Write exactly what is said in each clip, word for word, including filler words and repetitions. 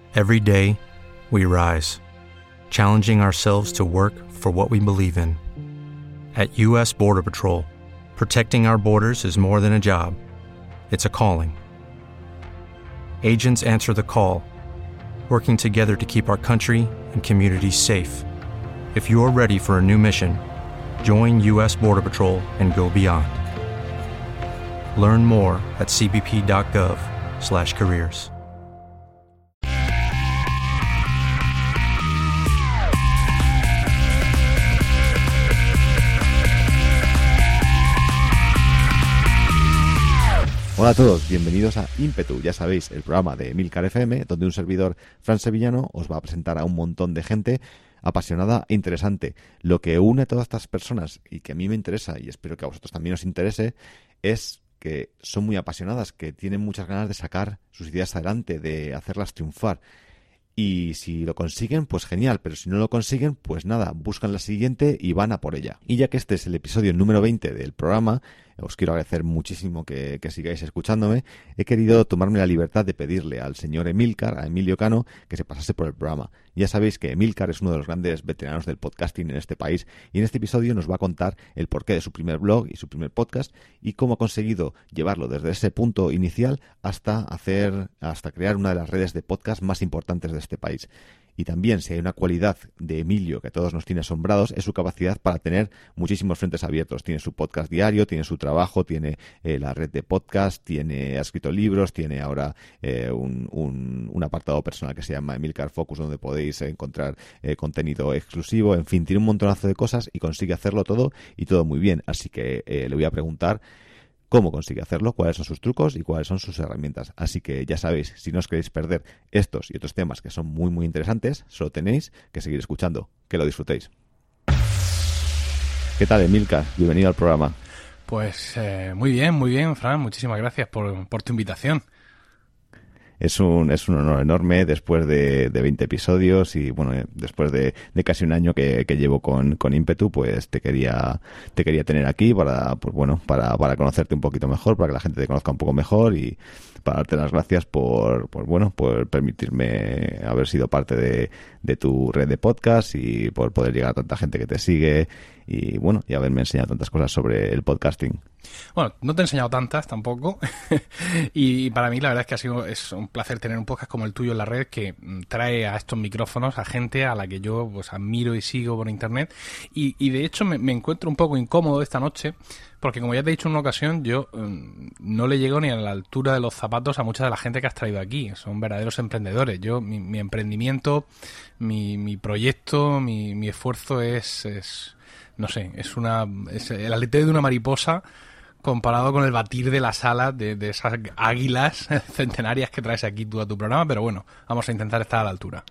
Every day, we rise, challenging ourselves to work for what we believe in. At U S Border Patrol, protecting our borders is more than a job. It's a calling. Agents answer the call, working together to keep our country and communities safe. If you're ready for a new mission, join U S Border Patrol and go beyond. Learn more at c b p dot gov slash careers. Hola a todos, bienvenidos a Ímpetu, ya sabéis, el programa de Emilcar F M, donde un servidor, Fran Sevillano, os va a presentar a un montón de gente apasionada e interesante. Lo que une a todas estas personas y que a mí me interesa, y espero que a vosotros también os interese, es que son muy apasionadas, que tienen muchas ganas de sacar sus ideas adelante, de hacerlas triunfar. Y si lo consiguen, pues genial, pero si no lo consiguen, pues nada, buscan la siguiente y van a por ella. Y ya que este es el episodio número veinte del programa, os quiero agradecer muchísimo que, que sigáis escuchándome. He querido tomarme la libertad de pedirle al señor Emilcar, a Emilio Cano, que se pasase por el programa. Ya sabéis que Emilcar es uno de los grandes veteranos del podcasting en este país y en este episodio nos va a contar el porqué de su primer blog y su primer podcast y cómo ha conseguido llevarlo desde ese punto inicial hasta hacer, hasta crear una de las redes de podcast más importantes de este país. Y también, si hay una cualidad de Emilio que a todos nos tiene asombrados, es su capacidad para tener muchísimos frentes abiertos. Tiene su podcast diario, tiene su trabajo, tiene eh, la red de podcast, tiene, ha escrito libros, tiene ahora eh, un, un, un apartado personal que se llama Emilcar Focus, donde podéis encontrar eh, contenido exclusivo. En fin, tiene un montonazo de cosas y consigue hacerlo todo y todo muy bien. Así que eh, le voy a preguntar cómo consigue hacerlo, cuáles son sus trucos y cuáles son sus herramientas. Así que ya sabéis, si no os queréis perder estos y otros temas que son muy muy interesantes, solo tenéis que seguir escuchando. Que lo disfrutéis. ¿Qué tal, Emilcar? Bienvenido al programa. Pues eh, muy bien, muy bien, Fran. Muchísimas gracias por, por tu invitación. Es un, es un honor enorme después de, de veinte episodios y bueno, después de, de casi un año que, que llevo con, con Ímpetu, pues te quería, te quería tener aquí para, pues bueno, para, para conocerte un poquito mejor, para que la gente te conozca un poco mejor y para darte las gracias por, por bueno, por permitirme haber sido parte de, de tu red de podcast y por poder llegar a tanta gente que te sigue y bueno, y haberme enseñado tantas cosas sobre el podcasting. Bueno, no te he enseñado tantas tampoco y para mí la verdad es que ha sido es un placer tener un podcast como el tuyo en la red que trae a estos micrófonos a gente a la que yo pues admiro y sigo por internet y, y de hecho me, me encuentro un poco incómodo esta noche porque como ya te he dicho en una ocasión yo um, no le llego ni a la altura de los zapatos a mucha de la gente que has traído aquí. Son verdaderos emprendedores. Yo mi, mi emprendimiento, mi, mi proyecto, mi, mi esfuerzo es, es no sé, es una es el aleteo de una mariposa comparado con el batir de las alas de, de esas águilas centenarias que traes aquí tú a tu programa, pero bueno, vamos a intentar estar a la altura.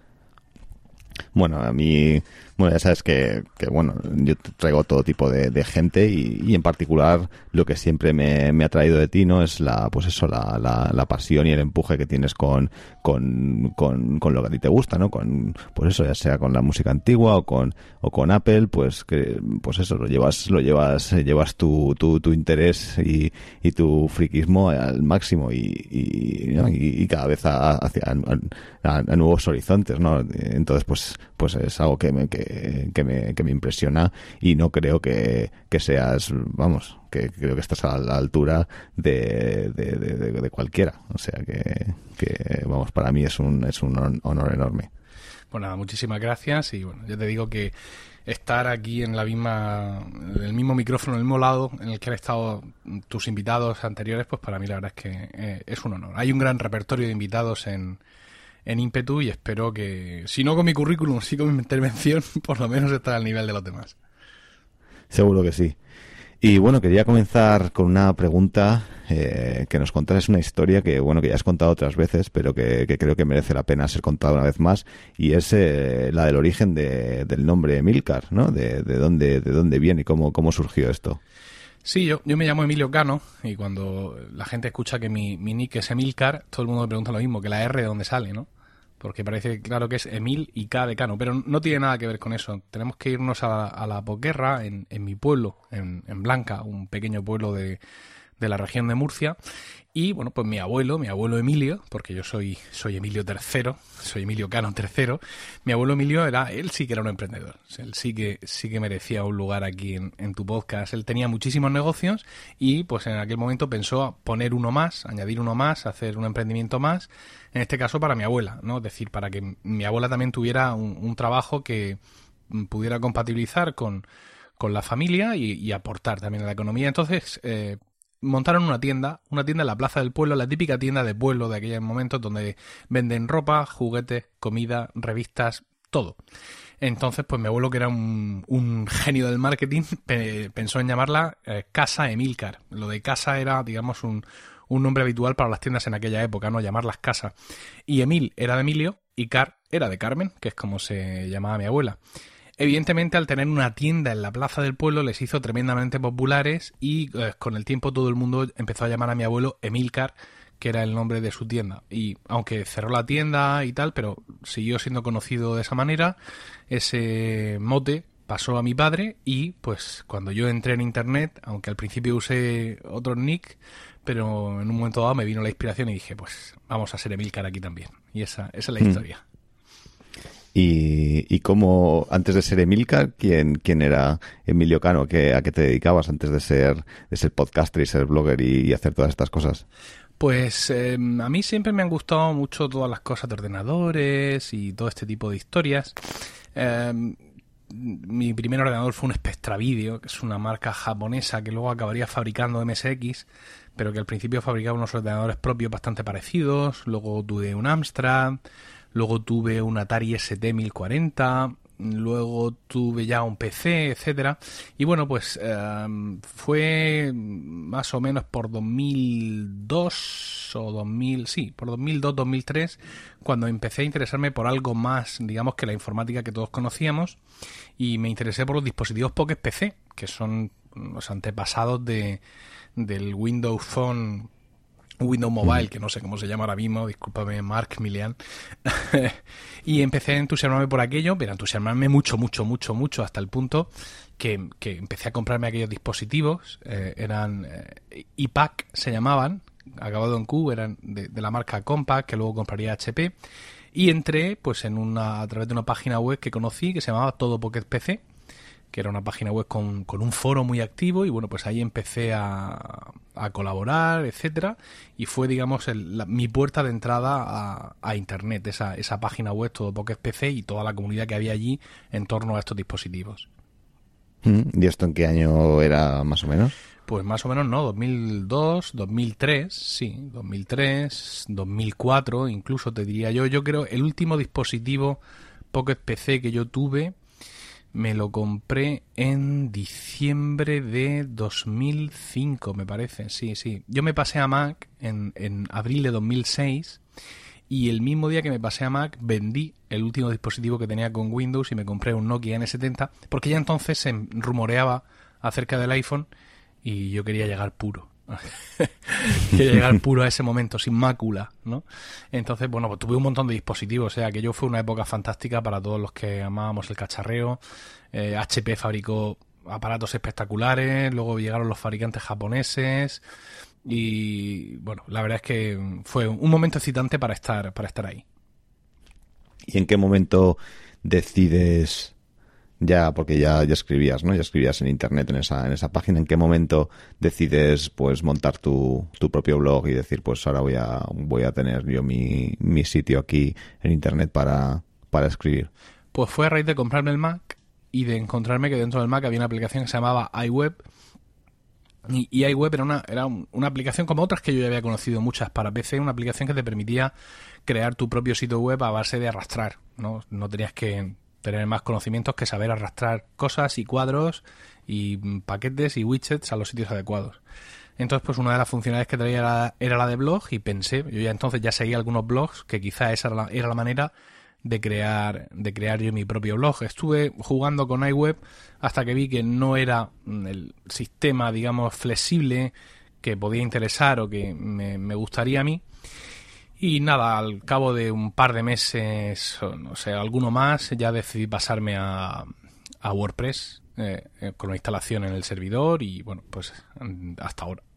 Bueno, a mí, bueno, ya sabes que, que bueno, yo traigo todo tipo de, de gente y, y en particular lo que siempre me, me ha traído de ti, ¿no? Es la, pues eso, la, la, la pasión y el empuje que tienes con, con, con, con lo que a ti te gusta, ¿no? Con, pues eso, ya sea con la música antigua o con, o con Apple, pues que, pues eso, lo llevas, lo llevas, llevas tu, tu, tu interés y, y tu friquismo al máximo y, y, ¿no? y, y cada vez a, hacia, a, a nuevos horizontes, ¿no? Entonces, pues, pues es algo que me, que, que me, que me impresiona y no creo que, que seas, vamos, que creo que estás a la altura de, de, de, de, de cualquiera. O sea que, que, vamos, para mí es un, es un honor enorme. Pues nada, muchísimas gracias y bueno, ya te digo que estar aquí en la misma, en el mismo micrófono, en el mismo lado en el que han estado tus invitados anteriores, pues para mí la verdad es que eh, es un honor. Hay un gran repertorio de invitados en en Ímpetu y espero que, si no con mi currículum, sí con mi intervención, por lo menos estar al nivel de los demás. Seguro que sí. Y bueno, quería comenzar con una pregunta eh, que nos contaras una historia que bueno que ya has contado otras veces, pero que, que creo que merece la pena ser contada una vez más, y es eh, la del origen de, del nombre Emilcar, ¿no? De, de dónde de dónde viene y cómo cómo surgió esto. Sí, yo, yo me llamo Emilio Cano y cuando la gente escucha que mi, mi nick es Emilcar, todo el mundo me pregunta lo mismo, que la R de dónde sale, ¿no? Porque parece claro que es Emil y K de Cano, pero no tiene nada que ver con eso. Tenemos que irnos a, a la posguerra en, en mi pueblo, en, en Blanca, un pequeño pueblo de, de la región de Murcia. Y bueno, pues mi abuelo, mi abuelo Emilio, porque yo soy soy Emilio tercero, soy Emilio Cano tercero, mi abuelo Emilio era, él sí que era un emprendedor, o sea, él sí que sí que merecía un lugar aquí en, en tu podcast. Él tenía muchísimos negocios y pues en aquel momento pensó poner uno más, añadir uno más, hacer un emprendimiento más, en este caso para mi abuela, ¿no? Es decir, para que mi abuela también tuviera un, un trabajo que pudiera compatibilizar con, con la familia y, y aportar también a la economía. Entonces, eh, montaron una tienda, una tienda en la Plaza del Pueblo, la típica tienda de pueblo de aquellos momentos donde venden ropa, juguetes, comida, revistas, todo. Entonces, pues mi abuelo, que era un, un genio del marketing, pe- pensó en llamarla eh, Casa Emilcar. Lo de casa era, digamos, un, un nombre habitual para las tiendas en aquella época, ¿no? Llamarlas casa. Y Emil era de Emilio y Car era de Carmen, que es como se llamaba mi abuela. Evidentemente, al tener una tienda en la Plaza del Pueblo, les hizo tremendamente populares y eh, con el tiempo todo el mundo empezó a llamar a mi abuelo Emilcar, que era el nombre de su tienda. Y aunque cerró la tienda y tal, pero siguió siendo conocido de esa manera, ese mote pasó a mi padre y pues cuando yo entré en internet, aunque al principio usé otro nick, pero en un momento dado me vino la inspiración y dije, pues vamos a ser Emilcar aquí también. Y esa, esa es la Mm. historia. Y, y cómo, antes de ser Emilcar, ¿quién, quién era Emilio Cano? ¿Qué, ¿A qué te dedicabas antes de ser, de ser podcaster y ser blogger y, y hacer todas estas cosas? Pues eh, a mí siempre me han gustado mucho todas las cosas de ordenadores y todo este tipo de historias. Eh, mi primer ordenador fue un Spectra Video, que es una marca japonesa que luego acabaría fabricando M S X, pero que al principio fabricaba unos ordenadores propios bastante parecidos. Luego tuve un Amstrad, luego tuve un Atari S T mil cuarenta, luego tuve ya un P C, etcétera. Y bueno, pues eh, fue más o menos por dos mil dos o dos mil, sí, por dos mil dos, dos mil tres, cuando empecé a interesarme por algo más, digamos, que la informática que todos conocíamos, y me interesé por los dispositivos Pocket P C, que son los antepasados de del Windows Phone, Windows Mobile, que no sé cómo se llama ahora mismo, discúlpame Mark Milian. Y empecé a entusiasmarme por aquello, pero a entusiasmarme mucho, mucho, mucho, mucho, hasta el punto que, que empecé a comprarme aquellos dispositivos, eh, eran eh, I P A C se llamaban, acabado en Q, eran de, de la marca Compaq, que luego compraría H P, y entré pues en una a través de una página web que conocí que se llamaba Todo Pocket P C, que era una página web con, con un foro muy activo, y bueno, pues ahí empecé a, a colaborar, etcétera, y fue, digamos, el, la, mi puerta de entrada a, a internet, esa, esa página web, Todo Pocket P C, y toda la comunidad que había allí en torno a estos dispositivos. ¿Y esto en qué año era más o menos? Pues más o menos no, dos mil dos, dos mil tres, sí, dos mil tres, dos mil cuatro, incluso te diría yo. Yo creo el último dispositivo Pocket P C que yo tuve me lo compré en diciembre de dos mil cinco, me parece, sí, sí. Yo me pasé a Mac en, en abril de dos mil seis, y el mismo día que me pasé a Mac vendí el último dispositivo que tenía con Windows y me compré un Nokia N setenta, porque ya entonces se rumoreaba acerca del iPhone y yo quería llegar puro. Quería llegar puro a ese momento, sin mácula, ¿no? Entonces, bueno, pues tuve un montón de dispositivos, o sea, que yo fue una época fantástica para todos los que amábamos el cacharreo. eh, H P fabricó aparatos espectaculares, luego llegaron los fabricantes japoneses y, bueno, la verdad es que fue un momento excitante para estar, para estar ahí. ¿Y en qué momento decides... Ya, porque ya, ya escribías, ¿no? Ya escribías en internet, en esa, en esa página. ¿En qué momento decides, pues, montar tu, tu propio blog y decir, pues, ahora voy a, voy a tener yo mi, mi sitio aquí en internet para, para escribir? Pues fue a raíz de comprarme el Mac y de encontrarme que dentro del Mac había una aplicación que se llamaba iWeb. Y, y iWeb era una, era un, una aplicación como otras que yo ya había conocido muchas para P C, una aplicación que te permitía crear tu propio sitio web a base de arrastrar, ¿no? No tenías que tener más conocimientos que saber arrastrar cosas y cuadros y paquetes y widgets a los sitios adecuados. Entonces, pues una de las funcionalidades que traía era, era la de blog, y pensé, yo ya entonces ya seguía algunos blogs, que quizá esa era la, era la manera de crear de crear yo mi propio blog. Estuve jugando con iWeb hasta que vi que no era el sistema, digamos, flexible que podía interesar o que me, me gustaría a mí. Y nada, al cabo de un par de meses, o no sé, alguno más, ya decidí pasarme a, a WordPress, eh, eh, con la instalación en el servidor, y bueno, pues hasta ahora.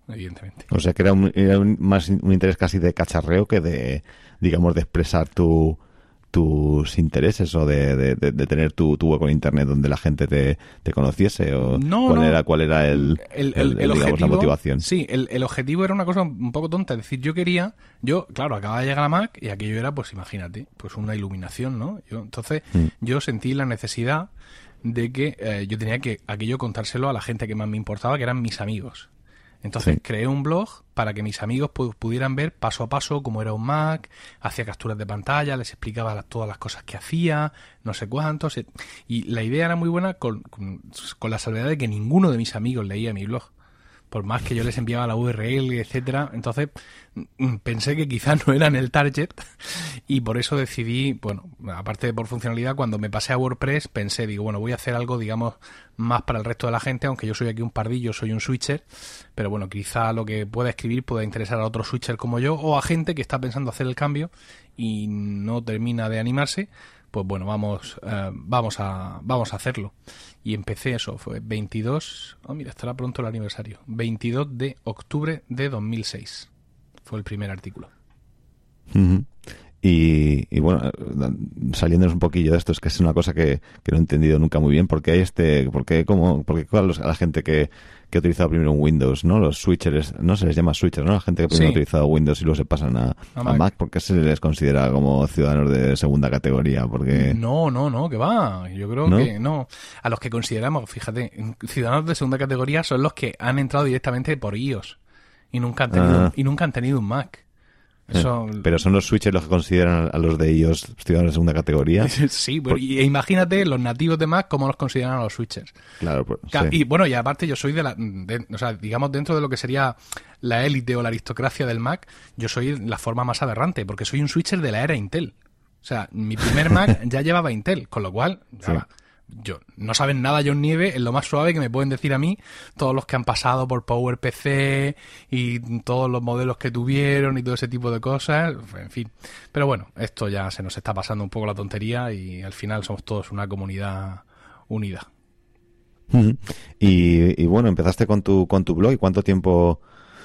evidentemente. O sea que era, un, era un, más un interés casi de cacharreo que de, digamos, de expresar tu... tus intereses o de, de, de, de tener tu, tu hueco en internet donde la gente te, te conociese o no, cuál no. era cuál era el, el, el, el, el digamos, objetivo, la motivación. Sí, el, el objetivo era una cosa un poco tonta, es decir, yo quería, yo, claro, acababa de llegar a Mac y aquello era, pues imagínate, pues una iluminación, ¿no? Yo, entonces, mm. yo sentí la necesidad de que eh, yo tenía que aquello contárselo a la gente que más me importaba, que eran mis amigos. Entonces sí. creé un blog para que mis amigos pu- pudieran ver paso a paso cómo era un Mac, hacía capturas de pantalla, les explicaba la, todas las cosas que hacía, no sé cuántos. Y la idea era muy buena con, con, con la salvedad de que ninguno de mis amigos leía mi blog. Por más que yo les enviaba la U R L, etcétera. Entonces pensé que quizás no eran el target y por eso decidí, bueno, aparte de por funcionalidad, cuando me pasé a WordPress pensé, digo, bueno, voy a hacer algo, digamos, más para el resto de la gente, aunque yo soy aquí un pardillo, soy un switcher, pero bueno, quizá lo que pueda escribir pueda interesar a otro switcher como yo o a gente que está pensando hacer el cambio y no termina de animarse. Pues bueno, vamos eh, vamos a vamos a hacerlo. Y empecé eso, fue veintidós, oh mira, estará pronto el aniversario, veintidós de octubre de dos mil seis. Fue el primer artículo. Uh-huh. Y, y bueno, saliéndonos un poquillo de esto, es que es una cosa que, que no he entendido nunca muy bien, porque hay este, porque como, porque a la gente que, que ha utilizado primero un Windows, ¿no? Los switchers, no se les llama switchers, ¿no? La gente que primero sí. ha utilizado Windows y luego se pasan a, a, a Mac. Mac, porque se les considera como ciudadanos de segunda categoría, porque... No, no, no, que va, yo creo ¿No? que no. A los que consideramos, fíjate, ciudadanos de segunda categoría son los que han entrado directamente por iOS y nunca han tenido, ah. y nunca han tenido un Mac. Eso... Pero son los switchers los que consideran a los de ellos ciudadanos de segunda categoría. Sí, Por... y imagínate los nativos de Mac cómo los consideran a los switchers. Claro, pues, sí. Y bueno, y aparte yo soy de la, de, o sea, digamos dentro de lo que sería la élite o la aristocracia del Mac, yo soy la forma más aberrante, porque soy un switcher de la era Intel. O sea, mi primer Mac ya llevaba Intel, con lo cual, sí. ya, yo no saben nada John Nieve, es lo más suave que me pueden decir a mí todos los que han pasado por PowerPC y todos los modelos que tuvieron y todo ese tipo de cosas, en fin. Pero bueno, esto ya se nos está pasando un poco la tontería y al final somos todos una comunidad unida. Uh-huh. Y, y bueno, empezaste con tu con tu blog. ¿Y cuánto tiempo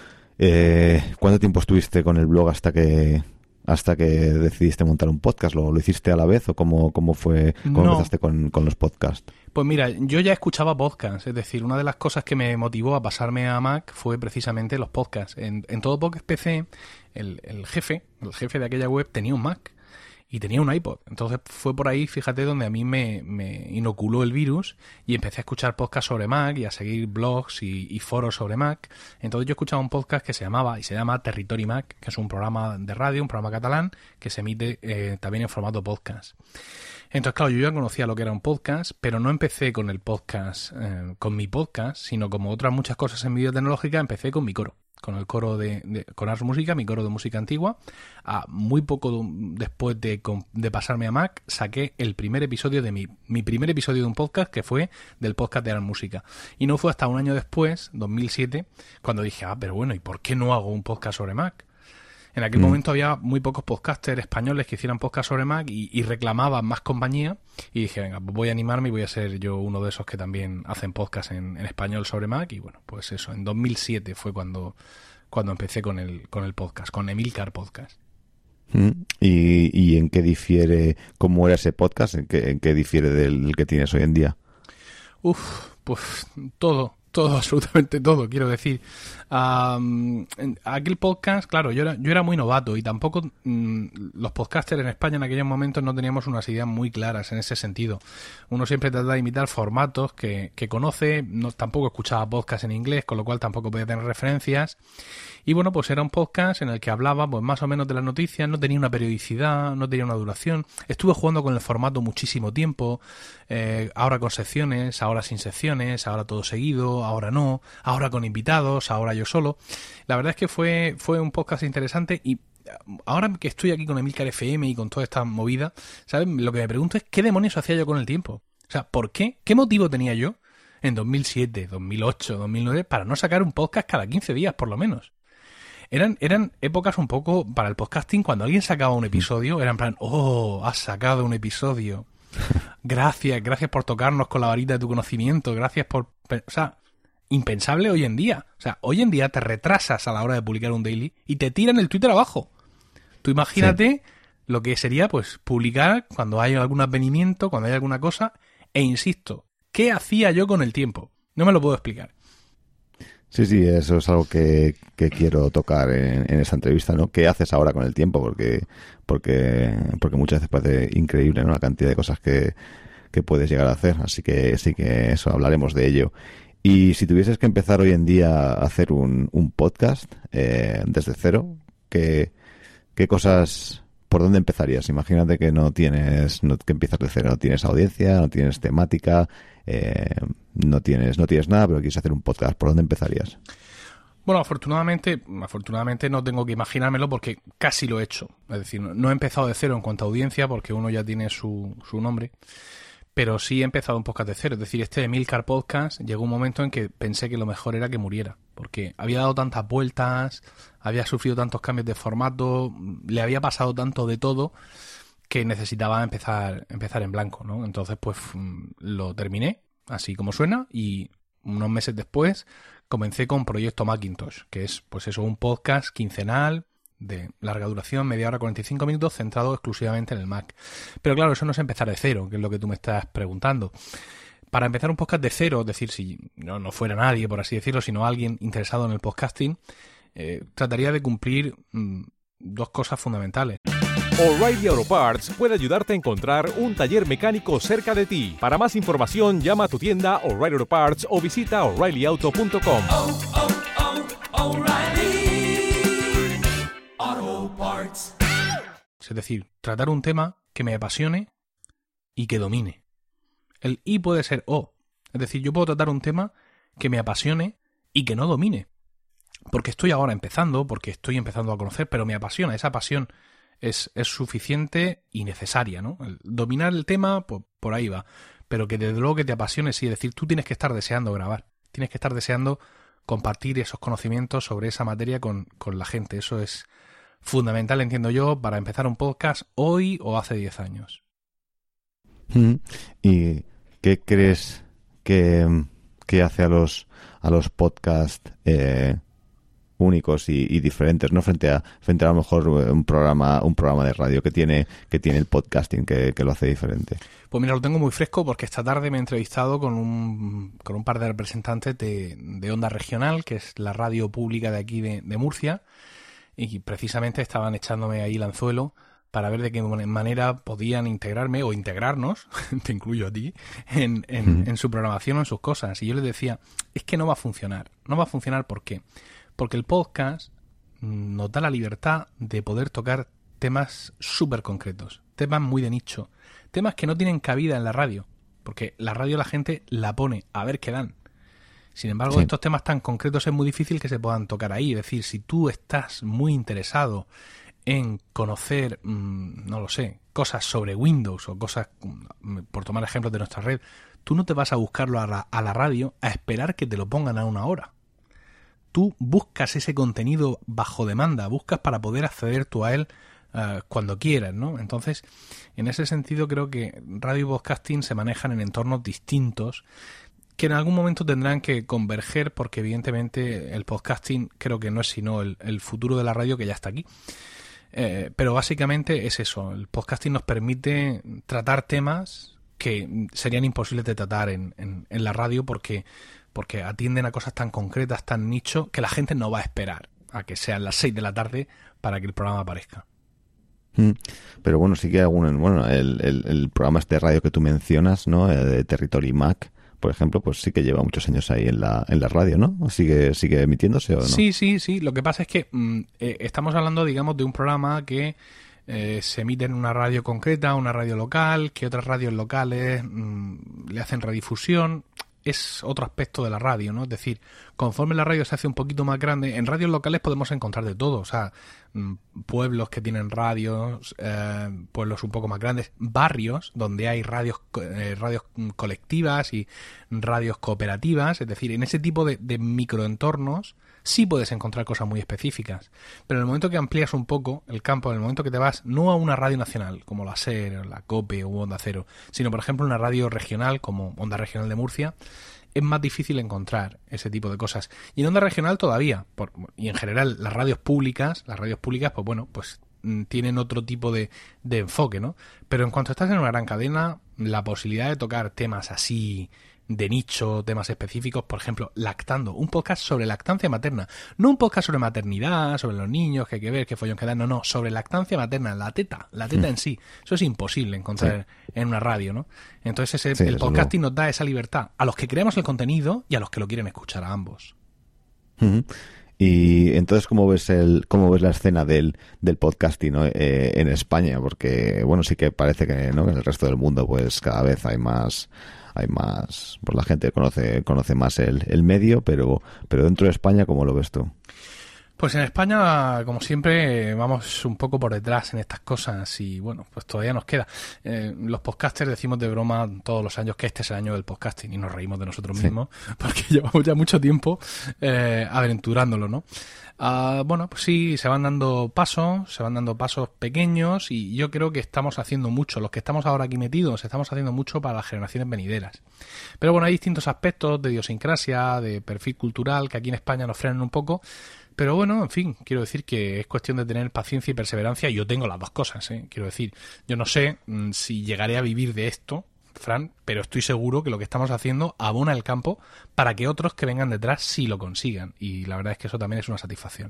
eh, cuánto tiempo estuviste con el blog hasta que hasta que decidiste montar un podcast? ¿Lo, lo hiciste a la vez o cómo, cómo fue, cómo no. empezaste con, con los podcasts? Pues mira, yo ya escuchaba podcasts, es decir, una de las cosas que me motivó a pasarme a Mac fue precisamente los podcasts. En, en todo Podcast P C, el, el jefe, el jefe de aquella web tenía un Mac y tenía un iPod. Entonces fue por ahí, fíjate, donde a mí me, me inoculó el virus y empecé a escuchar podcasts sobre Mac y a seguir blogs y, y foros sobre Mac. Entonces yo escuchaba un podcast que se llamaba y se llama Territory Mac, que es un programa de radio, un programa catalán que se emite eh, también en formato podcast. Entonces, claro, yo ya conocía lo que era un podcast, pero no empecé con el podcast, eh, con mi podcast, sino como otras muchas cosas en video tecnológica, empecé con mi coro. Con el coro de, de con Ars Música, mi coro de música antigua. A muy poco después de, de pasarme a Mac, saqué el primer episodio de mi, mi primer episodio de un podcast, que fue del podcast de Ars Música. Y no fue hasta un año después, dos mil siete, cuando dije, ah, pero bueno, ¿y por qué no hago un podcast sobre Mac? En aquel mm. momento había muy pocos podcasters españoles que hicieran podcast sobre Mac y, y reclamaban más compañía. Y dije, venga, pues voy a animarme y voy a ser yo uno de esos que también hacen podcast en, en español sobre Mac. Y bueno, pues eso, en dos mil siete fue cuando, cuando empecé con el, con el podcast, con Emilcar Podcast. Mm. ¿Y, ¿Y en qué difiere, cómo era ese podcast? ¿En qué, en qué difiere del que tienes hoy en día? Uf, pues todo. Todo, absolutamente todo, quiero decir. Um, aquel podcast, claro, yo era, yo era muy novato y tampoco um, los podcasters en España en aquellos momentos no teníamos unas ideas muy claras en ese sentido. Uno siempre trata de imitar formatos que, que conoce, no, tampoco escuchaba podcast en inglés, con lo cual tampoco podía tener referencias. Y bueno, pues era un podcast en el que hablaba pues más o menos de las noticias, no tenía una periodicidad, no tenía una duración. Estuve jugando con el formato muchísimo tiempo, eh, ahora con secciones, ahora sin secciones, ahora todo seguido, ahora no, ahora con invitados, ahora yo solo. La verdad es que fue, fue un podcast interesante y ahora que estoy aquí con Emilcar F M y con toda esta movida, ¿sabes? Lo que me pregunto es ¿qué demonios hacía yo con el tiempo? O sea, ¿por qué? ¿Qué motivo tenía yo en dos mil siete, dos mil ocho, dos mil nueve para no sacar un podcast cada quince días por lo menos? Eran, eran épocas un poco para el podcasting, cuando alguien sacaba un episodio, era en plan, oh, has sacado un episodio. Gracias, gracias por tocarnos con la varita de tu conocimiento, gracias por... O sea, impensable hoy en día. O sea, hoy en día te retrasas a la hora de publicar un daily y te tiran el Twitter abajo. Tú imagínate sí. lo que sería, pues, publicar cuando hay algún advenimiento, cuando hay alguna cosa, e insisto, ¿qué hacía yo con el tiempo? No me lo puedo explicar. Sí, sí, eso es algo que, que quiero tocar en, en esta entrevista, ¿no? ¿Qué haces ahora con el tiempo? Porque porque porque muchas veces parece increíble, ¿no? La cantidad de cosas que, que puedes llegar a hacer. Así que sí que eso, hablaremos de ello. Y si tuvieses que empezar hoy en día a hacer un, un podcast eh, desde cero, ¿qué, qué cosas, por dónde empezarías? Imagínate que no tienes, no, que empiezas de cero, no tienes audiencia, no tienes temática, eh, no tienes, no tienes nada, pero quieres hacer un podcast. ¿Por dónde empezarías? Bueno, afortunadamente, afortunadamente no tengo que imaginármelo porque casi lo he hecho. Es decir, no he empezado de cero en cuanto a audiencia porque uno ya tiene su, su nombre. Pero sí he empezado un podcast de cero. Es decir, este Emilcar Podcast llegó un momento en que pensé que lo mejor era que muriera. Porque había dado tantas vueltas, había sufrido tantos cambios de formato, le había pasado tanto de todo que necesitaba empezar, empezar en blanco, ¿no? Entonces, pues lo terminé, así como suena, y unos meses después comencé con Proyecto Macintosh, que es, pues eso, un podcast quincenal de larga duración, media hora, cuarenta y cinco minutos, centrado exclusivamente en el Mac. Pero claro, eso no es empezar de cero, que es lo que tú me estás preguntando. Para empezar un podcast de cero, es decir, si no, no fuera nadie, por así decirlo, sino alguien interesado en el podcasting, eh, trataría de cumplir mmm, dos cosas fundamentales. O'Reilly Auto Parts puede ayudarte a encontrar un taller mecánico cerca de ti. Para más información, llama a tu tienda O'Reilly Auto Parts o visita O'Reilly Auto punto com. Oh, oh, oh, O'Reilly Auto Parts. Es decir, tratar un tema que me apasione y que domine. El I puede ser O. Es decir, yo puedo tratar un tema que me apasione y que no domine. Porque estoy ahora empezando, porque estoy empezando a conocer, pero me apasiona. Esa pasión es, es suficiente y necesaria, ¿no? El dominar el tema, pues por ahí va. Pero que desde luego que te apasione, sí. Es decir, tú tienes que estar deseando grabar. Tienes que estar deseando compartir esos conocimientos sobre esa materia con, con la gente. Eso es fundamental, entiendo yo, para empezar un podcast hoy o hace diez años. ¿Y qué crees que, que hace a los a los podcasts eh, únicos y, y diferentes, ¿no? Frente a frente a, a lo mejor un programa un programa de radio que tiene que tiene el podcasting que, que lo hace diferente. Pues mira, lo tengo muy fresco porque esta tarde me he entrevistado con un con un par de representantes de, de Onda Regional, que es la radio pública de aquí de, de Murcia, y precisamente estaban echándome ahí el anzuelo para ver de qué manera podían integrarme o integrarnos, te incluyo a ti, en, en, en su programación o en sus cosas. Y yo les decía, es que no va a funcionar. No va a funcionar, ¿por qué? Porque el podcast nos da la libertad de poder tocar temas súper concretos, temas muy de nicho, temas que no tienen cabida en la radio, porque la radio la gente la pone a ver qué dan. Sin embargo, sí. Estos temas tan concretos es muy difícil que se puedan tocar ahí. Es decir, si tú estás muy interesado en conocer, no lo sé, cosas sobre Windows o cosas, por tomar ejemplos de nuestra red, tú no te vas a buscarlo a la, a la radio a esperar que te lo pongan a una hora. Tú buscas ese contenido bajo demanda, buscas para poder acceder tú a él uh, cuando quieras, ¿no? Entonces, en ese sentido creo que radio y podcasting se manejan en entornos distintos que en algún momento tendrán que converger porque evidentemente el podcasting creo que no es sino el, el futuro de la radio que ya está aquí. Eh, pero básicamente es eso, el podcasting nos permite tratar temas que serían imposibles de tratar en, en, en la radio porque, porque atienden a cosas tan concretas, tan nicho, que la gente no va a esperar a que sean las seis de la tarde para que el programa aparezca. Pero bueno, sí que hay algún, bueno, el, el, el programa este de radio que tú mencionas, ¿no? De Territory Mac, por ejemplo, pues sí que lleva muchos años ahí en la en la radio, ¿no? ¿Sigue sigue emitiéndose o no? Sí, sí, sí. Lo que pasa es que mm, eh, estamos hablando, digamos, de un programa que eh, se emite en una radio concreta, una radio local, que otras radios locales mm, le hacen redifusión. Es otro aspecto de la radio, ¿no? Es decir, conforme la radio se hace un poquito más grande, en radios locales podemos encontrar de todo, o sea, pueblos que tienen radios, eh, pueblos un poco más grandes, barrios donde hay radios eh, radios colectivas y radios cooperativas, es decir, en ese tipo de, de microentornos sí puedes encontrar cosas muy específicas, pero en el momento que amplías un poco el campo, en el momento que te vas no a una radio nacional como la SER, la COPE o Onda Cero, sino por ejemplo una radio regional como Onda Regional de Murcia, es más difícil encontrar ese tipo de cosas. Y en onda regional todavía, por, y en general las radios públicas, las radios públicas, pues bueno, pues tienen otro tipo de, de enfoque, ¿no? Pero en cuanto estás en una gran cadena, la posibilidad de tocar temas así de nicho, temas específicos, por ejemplo, lactando, un podcast sobre lactancia materna, no un podcast sobre maternidad, sobre los niños, que hay que ver, qué follón que dan, no, no, sobre lactancia materna, la teta, la teta mm. en sí, eso es imposible encontrar sí. en una radio, ¿no? Entonces ese, sí, el podcasting luego. Nos da esa libertad a los que creamos el contenido y a los que lo quieren escuchar, a ambos. Uh-huh. Y entonces, ¿cómo ves el cómo ves la escena del, del podcasting, ¿no? eh, en España? Porque, bueno, sí que parece que, ¿no?, en el resto del mundo pues cada vez hay más... hay más, pues la gente conoce conoce más el, el medio, pero pero dentro de España, ¿cómo lo ves tú? Pues en España, como siempre, vamos un poco por detrás en estas cosas y bueno, pues todavía nos queda. Eh, los podcasters decimos de broma todos los años que este es el año del podcasting y nos reímos de nosotros mismos sí. porque llevamos ya mucho tiempo eh, aventurándolo, ¿no? Uh, bueno, pues sí, se van dando pasos, se van dando pasos pequeños y yo creo que estamos haciendo mucho. Los que estamos ahora aquí metidos, estamos haciendo mucho para las generaciones venideras. Pero bueno, hay distintos aspectos de idiosincrasia, de perfil cultural, que aquí en España nos frenan un poco. Pero bueno, en fin, quiero decir que es cuestión de tener paciencia y perseverancia. Y yo tengo las dos cosas, ¿eh? Quiero decir, yo no sé mmm, si llegaré a vivir de esto, Fran, pero estoy seguro que lo que estamos haciendo abona el campo para que otros que vengan detrás sí lo consigan. Y la verdad es que eso también es una satisfacción.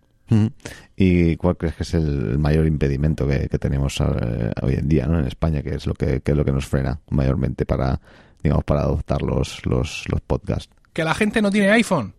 ¿Y cuál crees que es el mayor impedimento que, que tenemos eh, hoy en día, ¿no?, en España? ¿Qué es lo que, qué es lo que nos frena mayormente para, digamos, para adoptar los, los, los podcasts? Que la gente no tiene iPhone.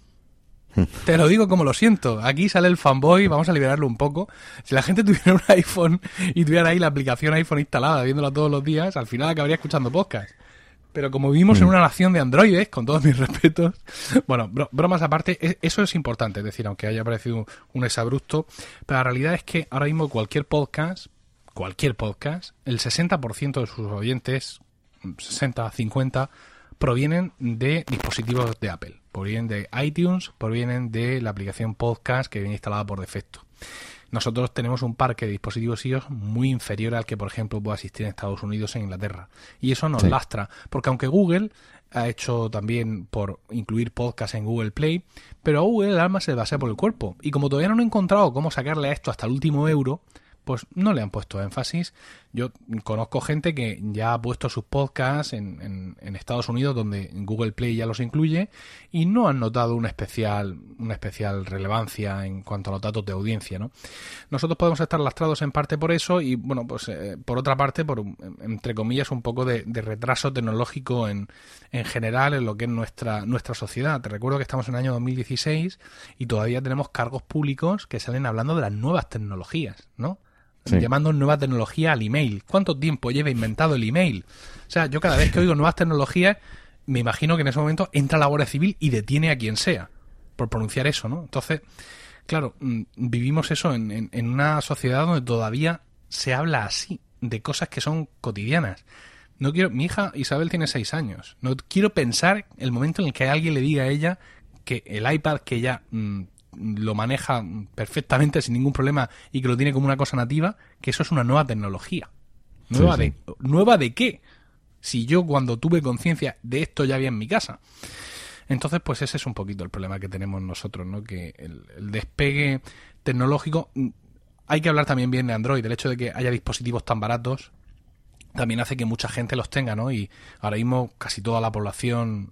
Te lo digo como lo siento. Aquí sale el fanboy, vamos a liberarlo un poco. Si la gente tuviera un iPhone y tuviera ahí la aplicación iPhone instalada, viéndola todos los días, al final acabaría escuchando podcast. Pero como vivimos mm. en una nación de androides, con todos mis respetos, bueno, bro- bromas aparte, eso es importante, es decir, aunque haya parecido un exabrupto, pero la realidad es que ahora mismo cualquier podcast, cualquier podcast, el sesenta por ciento de sus oyentes, sesenta, cincuenta, provienen de dispositivos de Apple, provienen de iTunes, provienen de la aplicación Podcast que viene instalada por defecto. Nosotros tenemos un parque de dispositivos iOS muy inferior al que, por ejemplo, puede existir en Estados Unidos o en Inglaterra. Y eso nos sí. lastra, porque aunque Google ha hecho también por incluir podcast en Google Play, pero a Google el alma se le pasea por el cuerpo. Y como todavía no he encontrado cómo sacarle a esto hasta el último euro, pues no le han puesto énfasis. Yo conozco gente que ya ha puesto sus podcasts en, en, en Estados Unidos, donde Google Play ya los incluye, y no han notado una especial, una especial relevancia en cuanto a los datos de audiencia, ¿no? Nosotros podemos estar lastrados en parte por eso y, bueno, pues eh, por otra parte, por, entre comillas, un poco de, de retraso tecnológico en, en general en lo que es nuestra, nuestra sociedad. Te recuerdo que estamos en el año dos mil dieciséis y todavía tenemos cargos públicos que salen hablando de las nuevas tecnologías, ¿no? Sí. Llamando nueva tecnología al email. ¿Cuánto tiempo lleva inventado el email? O sea, yo cada vez que oigo nuevas tecnologías, me imagino que en ese momento entra la Guardia Civil y detiene a quien sea por pronunciar eso, ¿no? Entonces, claro, vivimos eso en, en, en una sociedad donde todavía se habla así, de cosas que son cotidianas. No quiero, mi hija Isabel tiene seis años. No quiero pensar el momento en el que alguien le diga a ella que el iPad que ella mmm, lo maneja perfectamente sin ningún problema y que lo tiene como una cosa nativa, que eso es una nueva tecnología. ¿Nueva, sí, sí. De, ¿nueva de qué? Si yo cuando tuve conciencia de esto ya había en mi casa. Entonces, pues ese es un poquito el problema que tenemos nosotros, ¿no? Que el, el despegue tecnológico... Hay que hablar también bien de Android. El hecho de que haya dispositivos tan baratos también hace que mucha gente los tenga, ¿no? Y ahora mismo casi toda la población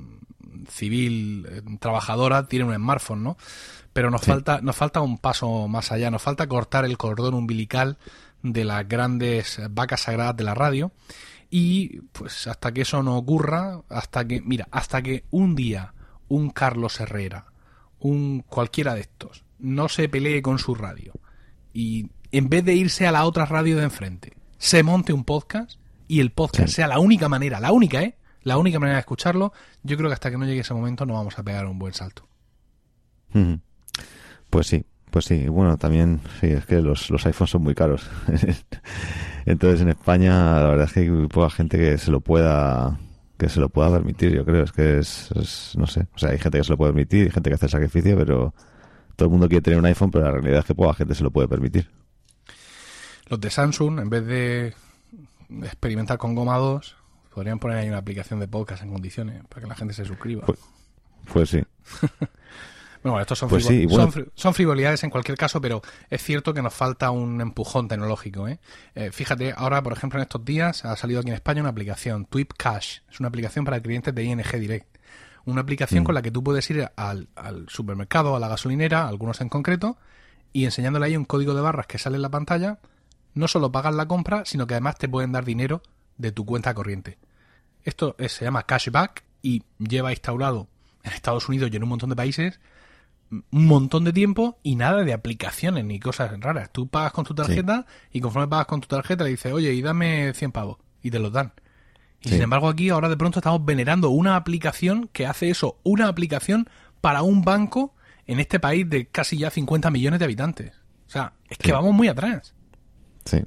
civil, eh, trabajadora, tiene un smartphone, ¿no? Pero nos sí. falta nos falta un paso más allá. Nos falta cortar el cordón umbilical de las grandes vacas sagradas de la radio. Y pues hasta que eso no ocurra, hasta que, mira, hasta que un día un Carlos Herrera, un cualquiera de estos, no se pelee con su radio y en vez de irse a la otra radio de enfrente, se monte un podcast y el podcast sí. sea la única manera, la única, ¿eh? La única manera de escucharlo, yo creo que hasta que no llegue ese momento no vamos a pegar un buen salto. Pues sí, pues sí. Bueno, también sí, es que los, los iPhones son muy caros. Entonces en España la verdad es que hay poca gente que se lo pueda que se lo pueda permitir, yo creo. Es que es, es no sé, o sea, hay gente que se lo puede permitir, hay gente que hace el sacrificio, pero todo el mundo quiere tener un iPhone, pero la realidad es que poca gente se lo puede permitir. Los de Samsung, en vez de experimentar con goma dos, Podrían poner ahí una aplicación de podcast en condiciones para que la gente se suscriba. Pues, pues sí. Bueno, estos son, pues frivol- sí, bueno. son, son frivolidades en cualquier caso, pero es cierto que nos falta un empujón tecnológico, ¿eh? Eh, fíjate, ahora, por ejemplo, en estos días ha salido aquí en España una aplicación, Twip Cash. Es una aplicación para clientes de I N G Direct. Una aplicación mm. con la que tú puedes ir al, al supermercado, a la gasolinera, algunos en concreto, y enseñándole ahí un código de barras que sale en la pantalla, no solo pagas la compra, sino que además te pueden dar dinero de tu cuenta corriente. Esto es, se llama Cashback y lleva instaurado en Estados Unidos y en un montón de países un montón de tiempo y nada de aplicaciones ni cosas raras. Tú pagas con tu tarjeta sí. y conforme pagas con tu tarjeta le dices, oye, y dame cien pavos, y te los dan. Y sí. sin embargo aquí ahora de pronto estamos venerando una aplicación que hace eso, una aplicación para un banco en este país de casi ya cincuenta millones de habitantes. O sea, es que sí. vamos muy atrás. Sí.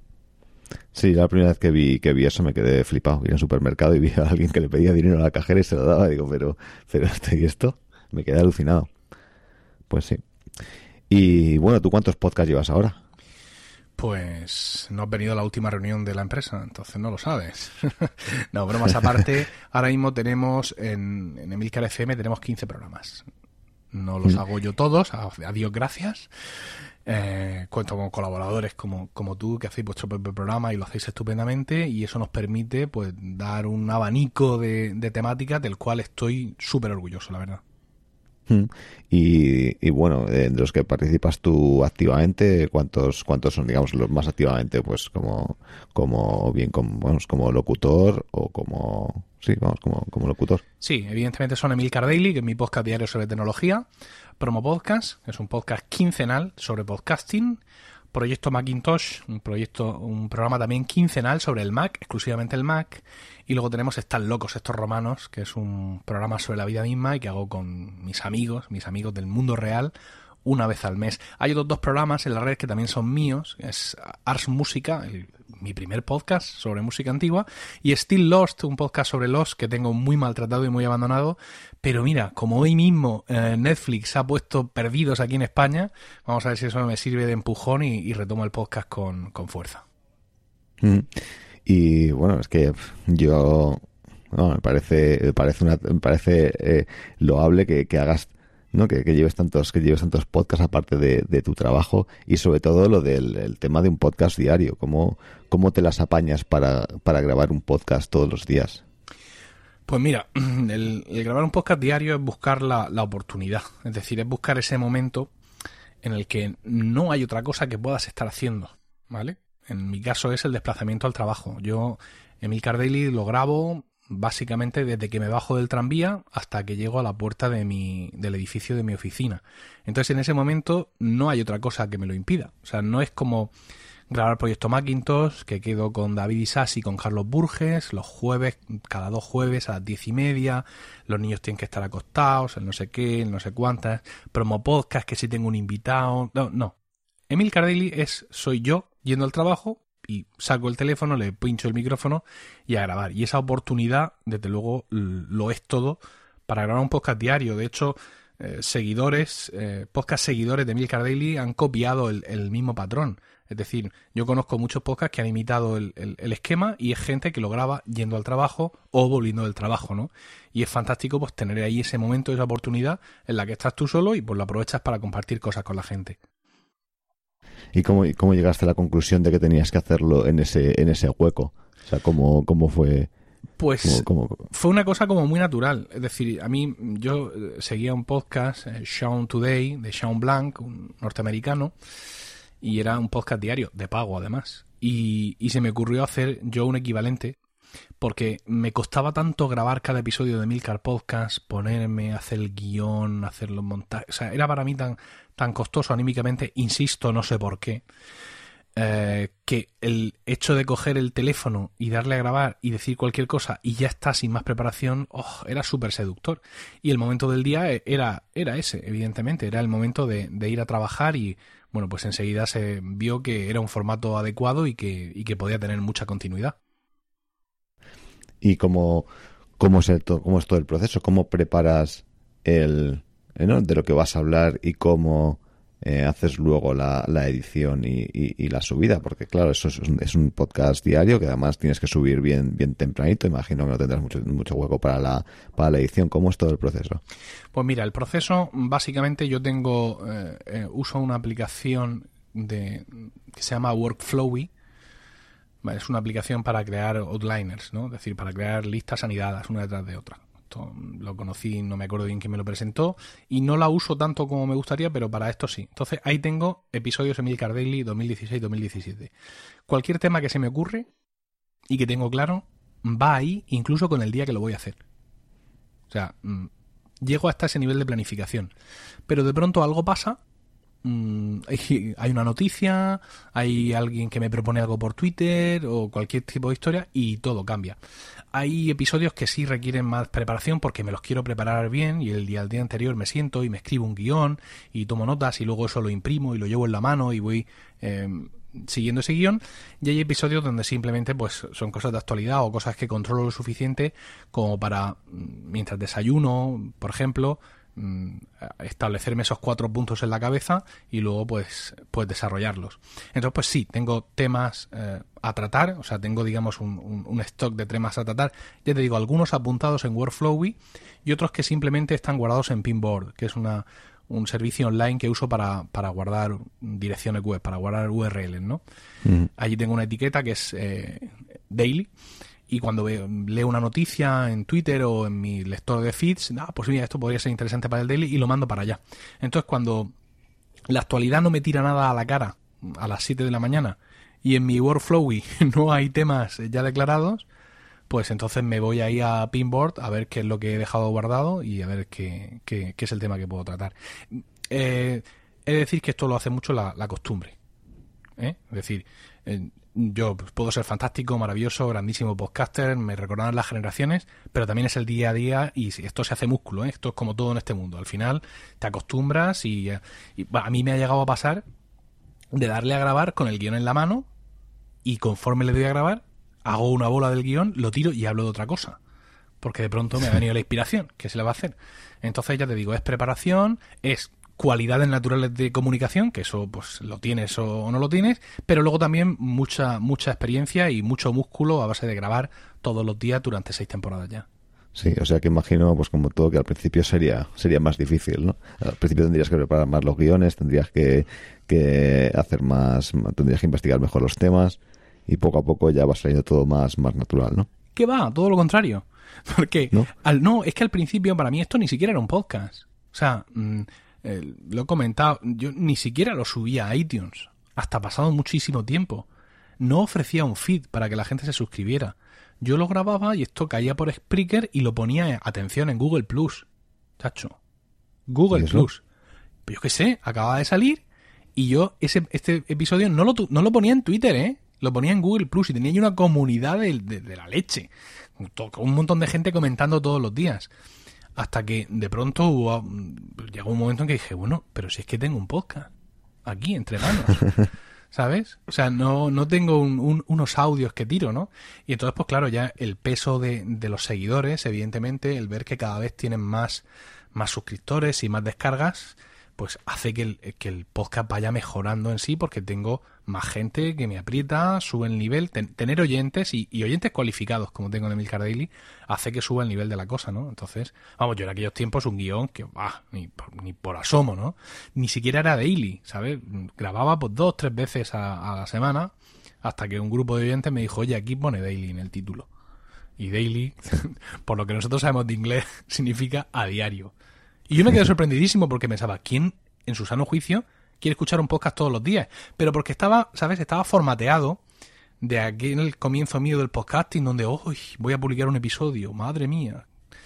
Sí, la primera vez que vi que vi eso me quedé flipado. Vi en un supermercado y vi a alguien que le pedía dinero a la cajera y se lo daba. Y digo, pero, pero esto y esto, me quedé alucinado. Pues sí. Y bueno, ¿tú cuántos podcasts llevas ahora? Pues no has venido a la última reunión de la empresa, entonces no lo sabes. No, bromas aparte, ahora mismo tenemos en, en Emilcar F M tenemos quince programas. No los mm. hago yo todos, a, a Dios gracias. Eh, cuento con colaboradores como, como tú, que hacéis vuestro propio programa y lo hacéis estupendamente, y eso nos permite pues dar un abanico de, de temáticas del cual estoy súper orgulloso, la verdad. Y, y bueno, de los que participas tú activamente, ¿cuántos cuántos son, digamos, los más activamente? Pues como como bien como, vamos, como locutor o como sí, vamos, como, como locutor. Sí, evidentemente son Emilcar Daily, que es mi podcast diario sobre tecnología, Promo Podcast, que es un podcast quincenal sobre podcasting, Proyecto Macintosh, un proyecto, un programa también quincenal sobre el Mac, exclusivamente el Mac, y luego tenemos Están locos estos romanos, que es un programa sobre la vida misma y que hago con mis amigos, mis amigos del mundo real, una vez al mes. Hay otros dos programas en la red que también son míos, es Ars Música, el, mi primer podcast sobre música antigua, y Still Lost, un podcast sobre Lost que tengo muy maltratado y muy abandonado, pero mira, como hoy mismo eh, Netflix ha puesto Perdidos aquí en España, vamos a ver si eso me sirve de empujón y, y retomo el podcast con, con fuerza. Mm. Y bueno, es que yo no, me parece me parece una me parece eh, loable que, que hagas, ¿no? Que, que lleves tantos que lleves tantos podcasts aparte de, de tu trabajo, y sobre todo lo del el tema de un podcast diario. ¿Cómo, cómo te las apañas para, para grabar un podcast todos los días? Pues mira, el, el grabar un podcast diario es buscar la, la oportunidad, es decir, es buscar ese momento en el que no hay otra cosa que puedas estar haciendo, ¿vale? En mi caso es el desplazamiento al trabajo. Yo Emilcar Daily lo grabo básicamente desde que me bajo del tranvía hasta que llego a la puerta de mi, del edificio de mi oficina. Entonces en ese momento no hay otra cosa que me lo impida. O sea, no es como grabar Proyecto Macintosh, que quedo con David Isasi y con Carlos Burges los jueves, cada dos jueves a las diez y media, los niños tienen que estar acostados, el no sé qué, el no sé cuántas, promo podcast, que si tengo un invitado, no, no. Emilcar Daily es, soy yo yendo al trabajo y saco el teléfono, le pincho el micrófono y a grabar. Y esa oportunidad, desde luego, lo es todo para grabar un podcast diario. De hecho, eh, seguidores, eh, podcast seguidores de Emilcar Daily han copiado el, el mismo patrón. Es decir, yo conozco muchos podcasts que han imitado el, el, el esquema, y es gente que lo graba yendo al trabajo o volviendo del trabajo, ¿no? Y es fantástico pues tener ahí ese momento, esa oportunidad en la que estás tú solo y pues lo aprovechas para compartir cosas con la gente. ¿Y cómo, cómo llegaste a la conclusión de que tenías que hacerlo en ese en ese hueco? O sea, ¿cómo, cómo fue? Pues ¿Cómo, cómo? Fue una cosa como muy natural. Es decir, a mí, yo seguía un podcast, eh, Sean Today, de Sean Blanc, un norteamericano, y era un podcast diario, de pago además. Y, y se me ocurrió hacer yo un equivalente, porque me costaba tanto grabar cada episodio de Emilcar Podcast, ponerme, hacer el guión, hacer los montajes. O sea, era para mí tan, tan costoso anímicamente, insisto, no sé por qué, eh, que el hecho de coger el teléfono y darle a grabar y decir cualquier cosa y ya está sin más preparación, oh, era súper seductor. Y el momento del día era, era ese, evidentemente, era el momento de, de ir a trabajar y, bueno, pues enseguida se vio que era un formato adecuado y que, y que podía tener mucha continuidad. ¿Y cómo, cómo, es el to- cómo es todo el proceso? ¿Cómo preparas el, ¿no? de lo que vas a hablar y cómo eh, haces luego la, la edición y, y, y la subida, porque claro, eso es un, es un podcast diario que además tienes que subir bien bien tempranito. Imagino que no tendrás mucho mucho hueco para la para la edición. ¿Cómo es todo el proceso? Pues mira, el proceso, básicamente yo tengo eh, eh, uso una aplicación de que se llama Workflowy. Vale, es una aplicación para crear outliners, ¿no? Es decir, para crear listas anidadas una detrás de otra. Esto lo conocí, no me acuerdo bien quién me lo presentó, y no la uso tanto como me gustaría, pero para esto sí. Entonces ahí tengo episodios de Emilcar Daily dos mil dieciséis dos mil diecisiete. Cualquier tema que se me ocurre y que tengo claro, va ahí incluso con el día que lo voy a hacer. O sea, mmm, llego hasta ese nivel de planificación. Pero de pronto algo pasa, mmm, hay, hay una noticia, hay alguien que me propone algo por Twitter o cualquier tipo de historia y todo cambia. Hay episodios que sí requieren más preparación porque me los quiero preparar bien y el día, el día anterior me siento y me escribo un guión y tomo notas y luego eso lo imprimo y lo llevo en la mano y voy eh, siguiendo ese guión. Y hay episodios donde simplemente pues son cosas de actualidad o cosas que controlo lo suficiente como para, mientras desayuno, por ejemplo, establecerme esos cuatro puntos en la cabeza y luego pues pues desarrollarlos. Entonces pues sí, tengo temas eh, a tratar, o sea, tengo digamos un, un, un stock de temas a tratar, ya te digo, algunos apuntados en Workflowy y otros que simplemente están guardados en Pinboard, que es una un servicio online que uso para, para guardar direcciones web, para guardar U R Ls, ¿no? Mm. Allí tengo una etiqueta que es eh, Daily. Y cuando veo, leo una noticia en Twitter o en mi lector de feeds, ah, pues mira, esto podría ser interesante para el daily y lo mando para allá. Entonces, cuando la actualidad no me tira nada a la cara a las siete de la mañana y en mi Workflowy no hay temas ya declarados, pues entonces me voy ahí a Pinboard a ver qué es lo que he dejado guardado y a ver qué, qué, qué es el tema que puedo tratar. Eh, he de decir que esto lo hace mucho la, la costumbre. ¿eh? Es decir, eh, yo puedo ser fantástico, maravilloso, grandísimo podcaster, me recordarán las generaciones, pero también es el día a día y esto se hace músculo, ¿eh? Esto es como todo en este mundo. Al final te acostumbras y, y a mí me ha llegado a pasar de darle a grabar con el guión en la mano y conforme le doy a grabar, hago una bola del guión, lo tiro y hablo de otra cosa. Porque de pronto me ha venido la inspiración, ¿qué se le va a hacer? Entonces ya te digo, es preparación, es cualidades naturales de comunicación, que eso pues lo tienes o no lo tienes, pero luego también mucha mucha experiencia y mucho músculo a base de grabar todos los días durante seis temporadas ya. Sí, o sea que imagino, pues como todo, que al principio sería sería más difícil, ¿no? Al principio tendrías que preparar más los guiones, tendrías que, que hacer más, tendrías que investigar mejor los temas y poco a poco ya va saliendo todo más, más natural, ¿no? ¿Qué va? Todo lo contrario. Porque ¿No? Al, no, es que al principio para mí esto ni siquiera era un podcast. O sea, mmm, Eh, lo he comentado, yo ni siquiera lo subía a iTunes hasta pasado muchísimo tiempo. No ofrecía un feed para que la gente se suscribiera. Yo lo grababa y esto caía por Spreaker y lo ponía, atención, en Google Plus. Chacho, Google Plus. Pero yo qué sé, acababa de salir y yo ese este episodio no lo, no lo ponía en Twitter, ¿eh? Lo ponía en Google Plus y tenía yo una comunidad de, de, de la leche. Con un montón de gente comentando todos los días. Hasta que de pronto hubo, llegó un momento en que dije, bueno, pero si es que tengo un podcast aquí entre manos, ¿sabes? O sea, no, no tengo un, un, unos audios que tiro, ¿no? Y entonces, pues claro, ya el peso de, de los seguidores, evidentemente, el ver que cada vez tienen más, más suscriptores y más descargas, pues hace que el, que el podcast vaya mejorando en sí, porque tengo más gente que me aprieta, sube el nivel, ten, tener oyentes y, y oyentes cualificados como tengo en Emilcar Daily, hace que suba el nivel de la cosa, ¿no? Entonces, vamos, yo en aquellos tiempos un guión que, bah, ni por, ni por asomo, ¿no? Ni siquiera era daily, ¿sabes? Grababa pues dos, tres veces a, a la semana, hasta que un grupo de oyentes me dijo, oye, aquí pone daily en el título. Y daily, por lo que nosotros sabemos de inglés, significa a diario. Y yo me quedé sorprendidísimo porque pensaba, ¿quién en su sano juicio quiere escuchar un podcast todos los días? Pero porque estaba, ¿sabes? Estaba formateado de aquí en el comienzo mío del podcasting donde, oh, voy a publicar un episodio, madre mía.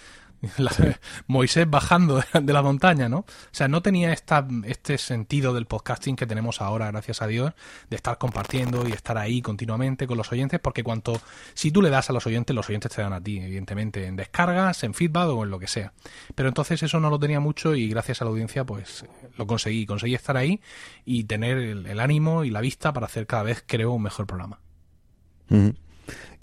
La, sí. Moisés bajando de la montaña, ¿no? O sea, no tenía esta, este sentido del podcasting que tenemos ahora, gracias a Dios, de estar compartiendo y estar ahí continuamente con los oyentes, porque cuanto, si tú le das a los oyentes, los oyentes te dan a ti, evidentemente, en descargas, en feedback o en lo que sea. Pero entonces eso no lo tenía mucho y gracias a la audiencia, pues, lo conseguí. Conseguí estar ahí y tener el, el ánimo y la vista para hacer cada vez, creo, un mejor programa. Mm-hmm.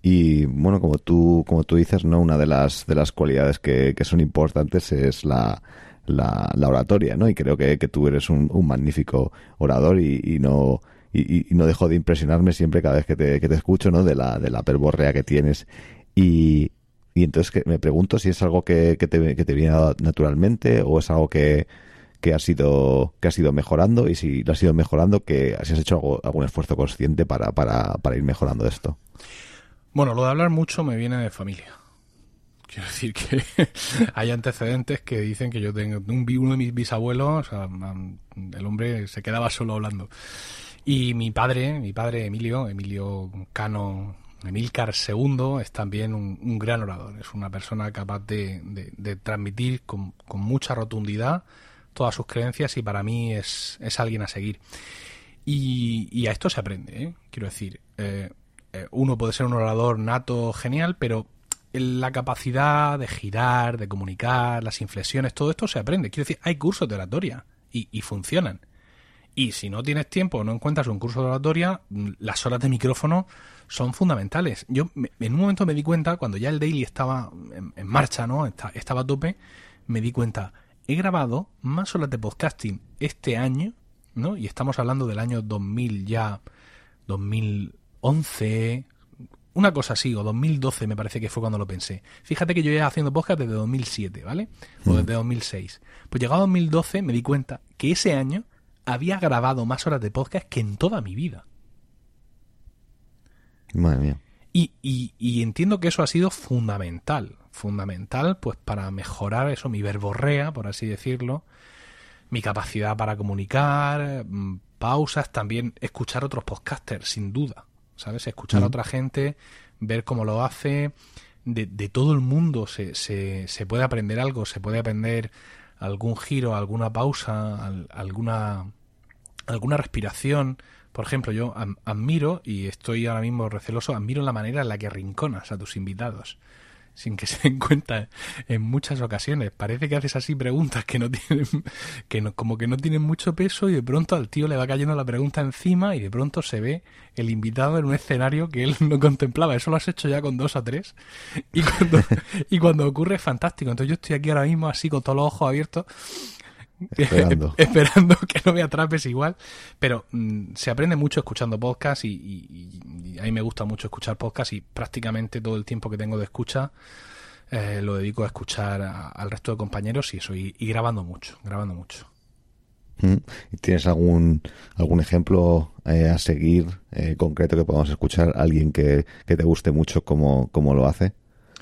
Y bueno, como tú como tú dices, no, una de las de las cualidades que, que son importantes es la, la, la oratoria, ¿no? Y creo que, que tú eres un, un magnífico orador y, y no y, y no dejo de impresionarme siempre cada vez que te, que te escucho, ¿no? De la de la verborrea que tienes. Y, y entonces que me pregunto si es algo que, que te que te viene naturalmente o es algo que que has ido que has ido mejorando, y si lo has ido mejorando, que si has hecho algo, algún esfuerzo consciente para, para, para ir mejorando esto. Bueno, lo de hablar mucho me viene de familia. Quiero decir que hay antecedentes que dicen que yo tengo un, uno de mis bisabuelos, o sea, el hombre se quedaba solo hablando. Y mi padre, mi padre Emilio, Emilio Cano, Emílcar segundo, es también un, un gran orador. Es una persona capaz de, de, de transmitir con, con mucha rotundidad todas sus creencias, y para mí es, es alguien a seguir. Y, y a esto se aprende, ¿eh? Quiero decir, eh, uno puede ser un orador nato genial, pero la capacidad de girar, de comunicar, las inflexiones, todo esto se aprende. Quiero decir, hay cursos de oratoria y, y funcionan. Y si no tienes tiempo o no encuentras un curso de oratoria, las horas de micrófono son fundamentales. Yo me, en un momento me di cuenta, cuando ya el Daily estaba en, en marcha, ¿no? Estaba a tope, me di cuenta, he grabado más horas de podcasting este año, ¿no? Y estamos hablando del año dos mil ya, dos mil once, una cosa así, o dos mil doce me parece que fue cuando lo pensé. Fíjate que yo ya haciendo podcast desde dos mil siete, ¿vale? O desde dos mil seis. Pues llegado a dos mil doce me di cuenta que ese año había grabado más horas de podcast que en toda mi vida. Madre mía. Y, y, y entiendo que eso ha sido fundamental, fundamental pues para mejorar eso, mi verborrea, por así decirlo, mi capacidad para comunicar, pausas, también escuchar otros podcasters, sin duda. ¿Sabes? Escuchar mm. a otra gente, ver cómo lo hace, de, de todo el mundo se, se, se puede aprender algo, se puede aprender algún giro, alguna pausa, al, alguna, alguna respiración. Por ejemplo, yo admiro, y estoy ahora mismo receloso, admiro la manera en la que arrinconas a tus invitados, sin que se den cuenta en muchas ocasiones. Parece que haces así preguntas que no tienen, que no, como que no tienen mucho peso, y de pronto al tío le va cayendo la pregunta encima y de pronto se ve el invitado en un escenario que él no contemplaba. Eso lo has hecho ya con dos o tres, y cuando, y cuando ocurre es fantástico. Entonces yo estoy aquí ahora mismo así con todos los ojos abiertos, esperando, esperando que no me atrapes igual. Pero mmm, se aprende mucho escuchando podcast, y, y, y a mí me gusta mucho escuchar podcast, y prácticamente todo el tiempo que tengo de escucha eh, lo dedico a escuchar a, al resto de compañeros y eso, y, y grabando mucho, grabando mucho. ¿Tienes algún algún ejemplo eh, a seguir eh, concreto que podamos escuchar? ¿Alguien que, que te guste mucho cómo, cómo lo hace?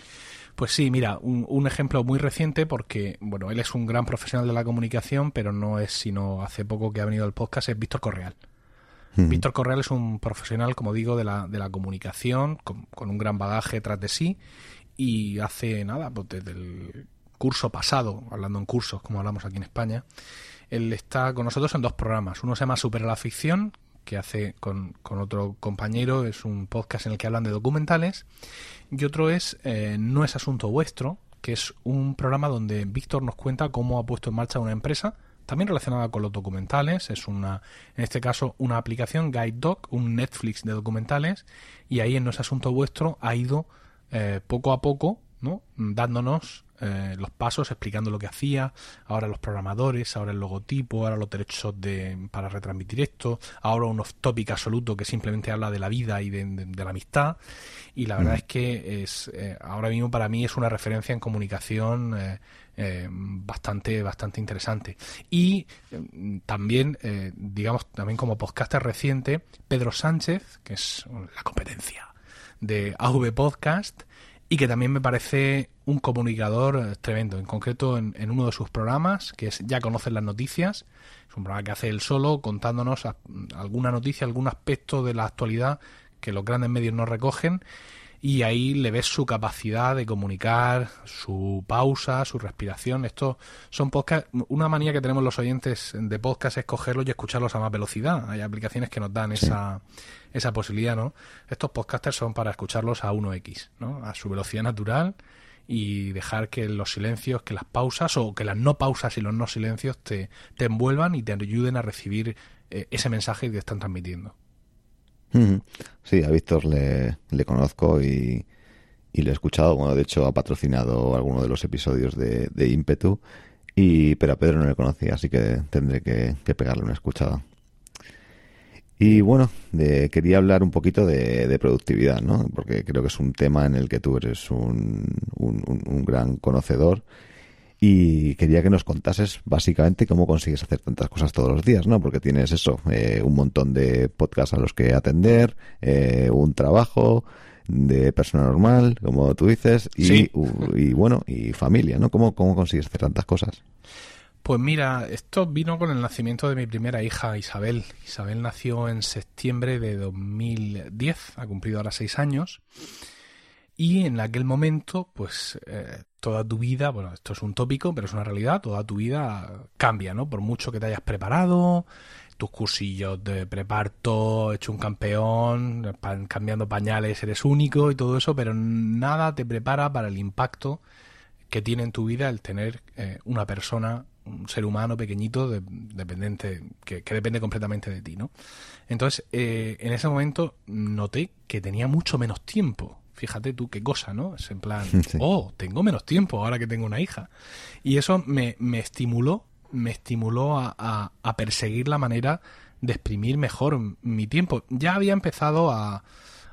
Pues sí, mira, un, un ejemplo muy reciente, porque, bueno, él es un gran profesional de la comunicación, pero no es sino hace poco que ha venido al podcast, es Víctor Correal. Uh-huh. Víctor Correal es un profesional, como digo, de la, de la comunicación, con, con un gran bagaje tras de sí, y hace nada, pues desde el curso pasado, hablando en cursos, como hablamos aquí en España, él está con nosotros en dos programas. Uno se llama Supera la Ficción, que hace con, con otro compañero, es un podcast en el que hablan de documentales, y otro es eh, No es asunto vuestro, que es un programa donde Víctor nos cuenta cómo ha puesto en marcha una empresa, también relacionada con los documentales. Es una, en este caso, una aplicación, Guide Doc, un Netflix de documentales, y ahí en No es asunto vuestro ha ido eh, poco a poco, ¿no?, dándonos eh, los pasos, explicando lo que hacía, ahora los programadores, ahora el logotipo, ahora los derechos de, para retransmitir esto, ahora un off-topic absoluto que simplemente habla de la vida y de, de, de la amistad. Y la verdad mm. es que es eh, ahora mismo para mí es una referencia en comunicación eh, eh, bastante bastante interesante. Y eh, también, eh, digamos, también como podcaster reciente, Pedro Sánchez, que es la competencia de A V Podcast, y que también me parece un comunicador tremendo. En concreto, en, en uno de sus programas, que es Ya conocen las noticias, es un programa que hace él solo, contándonos a, alguna noticia, algún aspecto de la actualidad que los grandes medios no recogen, y ahí le ves su capacidad de comunicar, su pausa, su respiración. Estos son podcasts. Una manía que tenemos los oyentes de podcast es cogerlos y escucharlos a más velocidad. Hay aplicaciones que nos dan sí. esa esa posibilidad, ¿no? Estos podcasters son para escucharlos a uno equis, ¿no?, a su velocidad natural, y dejar que los silencios, que las pausas, o que las no pausas y los no silencios te, te envuelvan y te ayuden a recibir eh, ese mensaje que están transmitiendo. Sí, a Víctor le, le conozco y, y le he escuchado. Bueno, de hecho ha patrocinado alguno de los episodios de, de Ímpetu, y, pero a Pedro no le conocía, así que tendré que, que pegarle una escuchada. Y bueno, de, quería hablar un poquito de, de productividad, ¿no? Porque creo que es un tema en el que tú eres un, un, un, un gran conocedor. Y quería que nos contases básicamente cómo consigues hacer tantas cosas todos los días, ¿no? Porque tienes eso, eh, un montón de podcasts a los que atender, eh, un trabajo de persona normal, como tú dices, y, sí. u, y bueno, y familia, ¿no? ¿Cómo, cómo consigues hacer tantas cosas? Pues mira, esto vino con el nacimiento de mi primera hija, Isabel. Isabel nació en septiembre de dos mil diez, ha cumplido ahora seis años. Y en aquel momento, pues eh, toda tu vida, bueno, esto es un tópico, pero es una realidad, toda tu vida cambia, ¿no? Por mucho que te hayas preparado, tus cursillos de preparto, hecho un campeón, pa- cambiando pañales, eres único y todo eso, pero nada te prepara para el impacto que tiene en tu vida el tener eh, una persona, un ser humano pequeñito, de, dependiente, que, que depende completamente de ti, ¿no? Entonces, eh, en ese momento noté que tenía mucho menos tiempo. Fíjate tú qué cosa, ¿no? Es en plan, sí. oh, tengo menos tiempo ahora que tengo una hija. Y eso me, me estimuló, me estimuló a, a, a perseguir la manera de exprimir mejor mi tiempo. Ya había empezado a,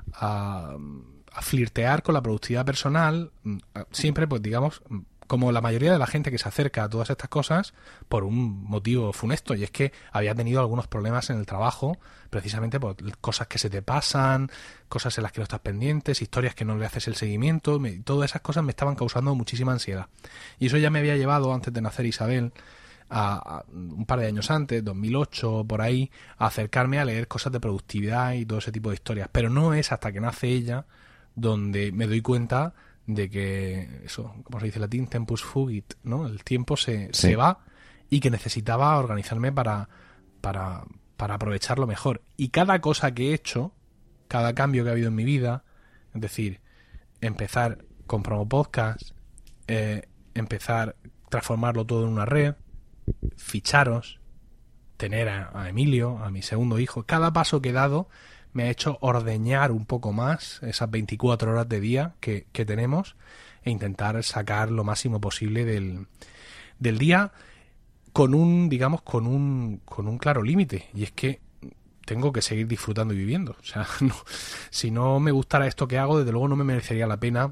a, a flirtear con la productividad personal, siempre, pues digamos, como la mayoría de la gente que se acerca a todas estas cosas por un motivo funesto, y es que había tenido algunos problemas en el trabajo, precisamente por cosas que se te pasan, cosas en las que no estás pendientes, historias que no le haces el seguimiento, me, todas esas cosas me estaban causando muchísima ansiedad. Y eso ya me había llevado, antes de nacer Isabel, a, a un par de años antes, dos mil ocho, por ahí, a acercarme a leer cosas de productividad y todo ese tipo de historias. Pero no es hasta que nace ella donde me doy cuenta de que, eso, como se dice en latín, tempus fugit, ¿no? El tiempo se, sí. se va, y que necesitaba organizarme para, para, para aprovecharlo mejor. Y cada cosa que he hecho, cada cambio que ha habido en mi vida, es decir, empezar con Promo Podcast, eh, empezar a transformarlo todo en una red, ficharos, tener a, a Emilio, a mi segundo hijo, cada paso que he dado me ha hecho ordeñar un poco más esas veinticuatro horas de día que, que tenemos, e intentar sacar lo máximo posible del, del día con un, digamos, con un, con un claro límite, y es que tengo que seguir disfrutando y viviendo. O sea, no, si no me gustara esto que hago, desde luego no me merecería la pena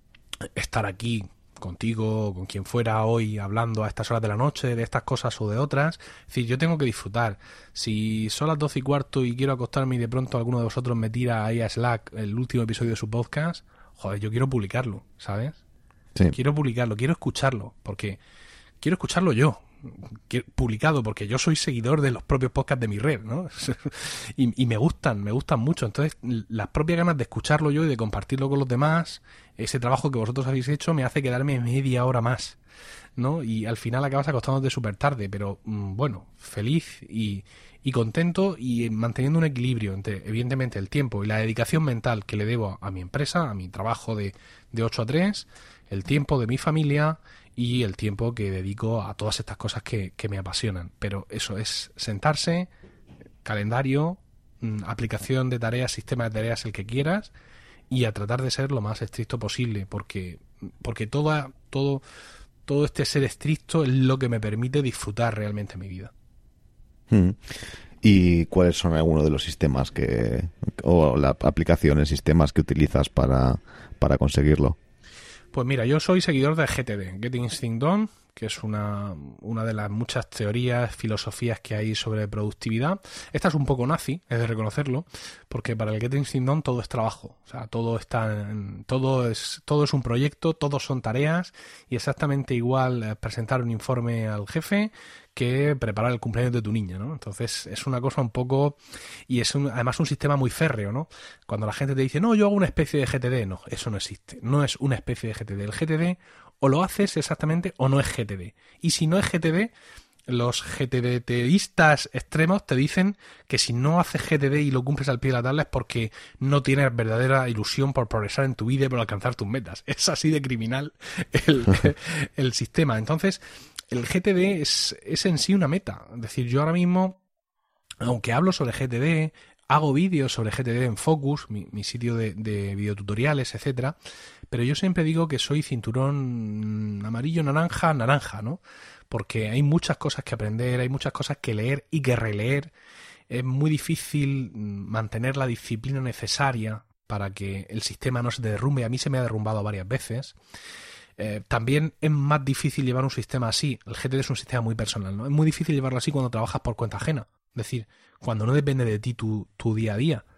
estar aquí contigo, con quien fuera hoy, hablando a estas horas de la noche de estas cosas o de otras. Es decir, yo tengo que disfrutar. Si son las doce y cuarto y quiero acostarme y de pronto alguno de vosotros me tira ahí a Slack el último episodio de su podcast, joder, yo quiero publicarlo, ¿sabes? Sí. Quiero publicarlo, quiero escucharlo, porque quiero escucharlo yo, publicado, porque yo soy seguidor de los propios podcasts de mi red, ¿no? y, y me gustan, me gustan mucho. Entonces, las propias ganas de escucharlo yo y de compartirlo con los demás, ese trabajo que vosotros habéis hecho me hace quedarme media hora más, ¿no? Y al final acabas acostándote súper tarde, pero mmm, bueno, feliz y, y contento, y manteniendo un equilibrio entre, evidentemente, el tiempo y la dedicación mental que le debo a mi empresa, a mi trabajo de, de ocho a tres, el tiempo de mi familia y el tiempo que dedico a todas estas cosas que, que me apasionan. Pero eso es sentarse, calendario, mmm, aplicación de tareas, sistema de tareas, el que quieras, y a tratar de ser lo más estricto posible, porque porque toda, todo todo este ser estricto es lo que me permite disfrutar realmente mi vida. Hmm. ¿Y cuáles son algunos de los sistemas que o las aplicaciones, sistemas que utilizas para, para conseguirlo? Pues mira, yo soy seguidor de G T D, Getting Things Done, que es una, una de las muchas teorías, filosofías que hay sobre productividad. Esta es un poco nazi, es de reconocerlo, porque para el Getting Things Done todo es trabajo. O sea, todo está en, todo es todo es un proyecto, todos son tareas, y exactamente igual eh, presentar un informe al jefe que preparar el cumpleaños de tu niña, ¿no? Entonces es una cosa un poco, y es un, además un sistema muy férreo, ¿no? Cuando la gente te dice, no, yo hago una especie de G T D, no, eso no existe, no es una especie de G T D. El G T D o lo haces exactamente o no es G T D. Y si no es G T D, los GTDistas extremos te dicen que si no haces G T D y lo cumples al pie de la tabla es porque no tienes verdadera ilusión por progresar en tu vida y por alcanzar tus metas. Es así de criminal el, el sistema. Entonces, el G T D es, es en sí una meta. Es decir, yo ahora mismo, aunque hablo sobre G T D, hago vídeos sobre G T D en Focus, mi, mi sitio de, de videotutoriales, etcétera, pero yo siempre digo que soy cinturón amarillo, naranja, naranja, ¿no? Porque hay muchas cosas que aprender, hay muchas cosas que leer y que releer. Es muy difícil mantener la disciplina necesaria para que el sistema no se derrumbe. A mí se me ha derrumbado varias veces. Eh, también es más difícil llevar un sistema así. El G T D es un sistema muy personal, ¿no? Es muy difícil llevarlo así cuando trabajas por cuenta ajena. Es decir, cuando no depende de ti tu, tu día a día,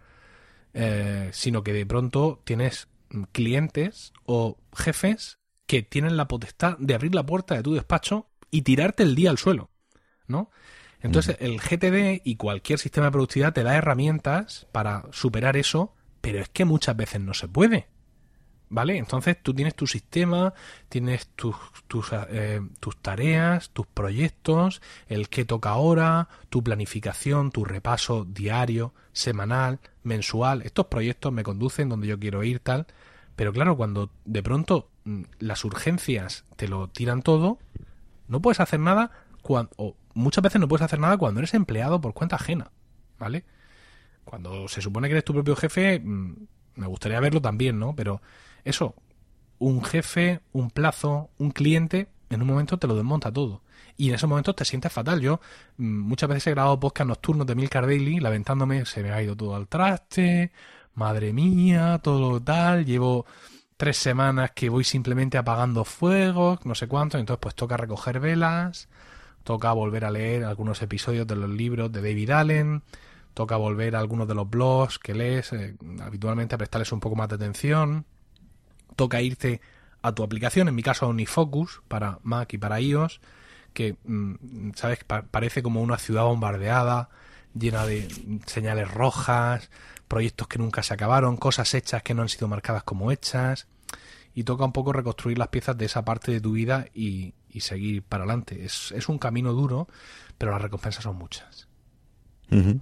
eh, sino que de pronto tienes clientes o jefes que tienen la potestad de abrir la puerta de tu despacho y tirarte el día al suelo, ¿no? Entonces, uh-huh. el G T D y cualquier sistema de productividad te da herramientas para superar eso, pero es que muchas veces no se puede. ¿Vale? Entonces tú tienes tu sistema, tienes tus, tus, eh, tus tareas, tus proyectos, el qué toca ahora, tu planificación, tu repaso diario, semanal, mensual. Estos proyectos me conducen donde yo quiero ir, tal. Pero claro, cuando de pronto las urgencias te lo tiran todo, no puedes hacer nada, cuando, o muchas veces no puedes hacer nada cuando eres empleado por cuenta ajena, ¿vale? Cuando se supone que eres tu propio jefe, me gustaría verlo también, ¿no? Pero eso, un jefe, un plazo, un cliente, en un momento te lo desmonta todo. Y en esos momentos te sientes fatal. Yo muchas veces he grabado podcast nocturnos de Milcar Daily, lamentándome, se me ha ido todo al traste, madre mía, todo tal, llevo tres semanas que voy simplemente apagando fuegos, no sé cuánto, entonces pues toca recoger velas, toca volver a leer algunos episodios de los libros de David Allen, toca volver a algunos de los blogs que lees, eh, habitualmente a prestarles un poco más de atención. Toca irte a tu aplicación, en mi caso a OmniFocus, para Mac y para iOS, que, mmm, ¿sabes? Pa- parece como una ciudad bombardeada, llena de señales rojas, proyectos que nunca se acabaron, cosas hechas que no han sido marcadas como hechas, y toca un poco reconstruir las piezas de esa parte de tu vida y, y seguir para adelante. Es, es un camino duro, pero las recompensas son muchas. Uh-huh.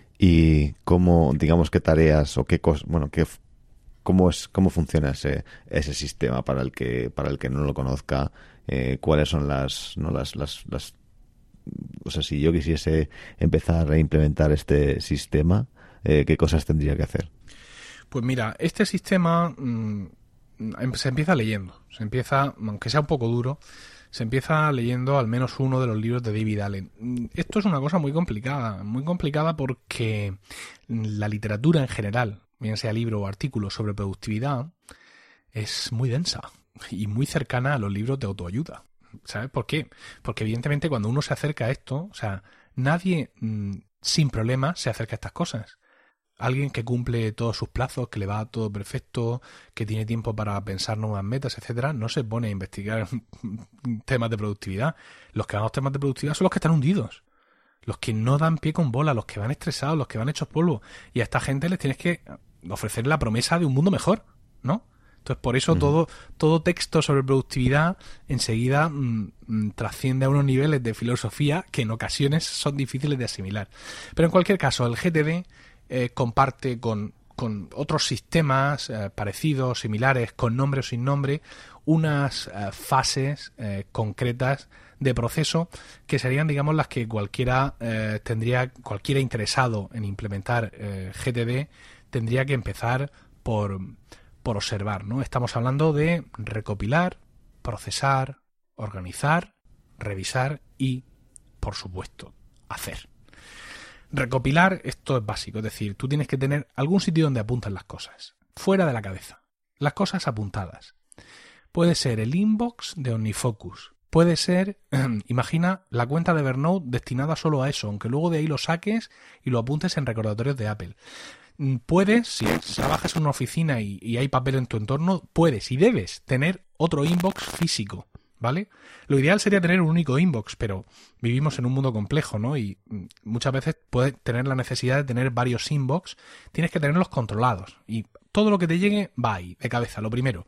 ¿Y cómo, digamos, qué tareas o qué cosas, bueno, qué... ¿Cómo es cómo funciona ese ese sistema para el que para el que no lo conozca? Eh, ¿Cuáles son las no las, las las o sea, si yo quisiese empezar a implementar este sistema, eh, ¿qué cosas tendría que hacer? Pues mira, este sistema mmm, se empieza leyendo, se empieza, aunque sea un poco duro, se empieza leyendo al menos uno de los libros de David Allen. Esto es una cosa muy complicada, muy complicada porque la literatura en general, bien sea libro o artículo sobre productividad, es muy densa y muy cercana a los libros de autoayuda. ¿Sabes por qué? Porque evidentemente cuando uno se acerca a esto, o sea, nadie mmm, sin problemas se acerca a estas cosas. Alguien que cumple todos sus plazos, que le va todo perfecto, que tiene tiempo para pensar nuevas metas, etcétera, no se pone a investigar temas de productividad. Los que van a los temas de productividad son los que están hundidos. Los que no dan pie con bola, los que van estresados, los que van hechos polvo. Y a esta gente les tienes que ofrecer la promesa de un mundo mejor, ¿no? Entonces, por eso uh-huh. todo todo texto sobre productividad enseguida mmm, mmm, trasciende a unos niveles de filosofía que en ocasiones son difíciles de asimilar. Pero en cualquier caso, el G T D eh, comparte con, con otros sistemas eh, parecidos, similares, con nombre o sin nombre, unas eh, fases eh, concretas de proceso que serían, digamos, las que cualquiera eh, tendría, cualquiera interesado en implementar eh, G T D tendría que empezar por, por observar, ¿no? Estamos hablando de recopilar, procesar, organizar, revisar y, por supuesto, hacer. Recopilar, esto es básico, es decir, tú tienes que tener algún sitio donde apuntas las cosas, fuera de la cabeza, las cosas apuntadas. Puede ser el inbox de OmniFocus. Puede ser, imagina la cuenta de Evernote destinada solo a eso, aunque luego de ahí lo saques y lo apuntes en recordatorios de Apple. Puedes, si trabajas en una oficina y, y hay papel en tu entorno, puedes y debes tener otro inbox físico, ¿vale? Lo ideal sería tener un único inbox, pero vivimos en un mundo complejo, ¿no? Y muchas veces puedes tener la necesidad de tener varios inbox, tienes que tenerlos controlados y todo lo que te llegue va ahí, de cabeza, lo primero.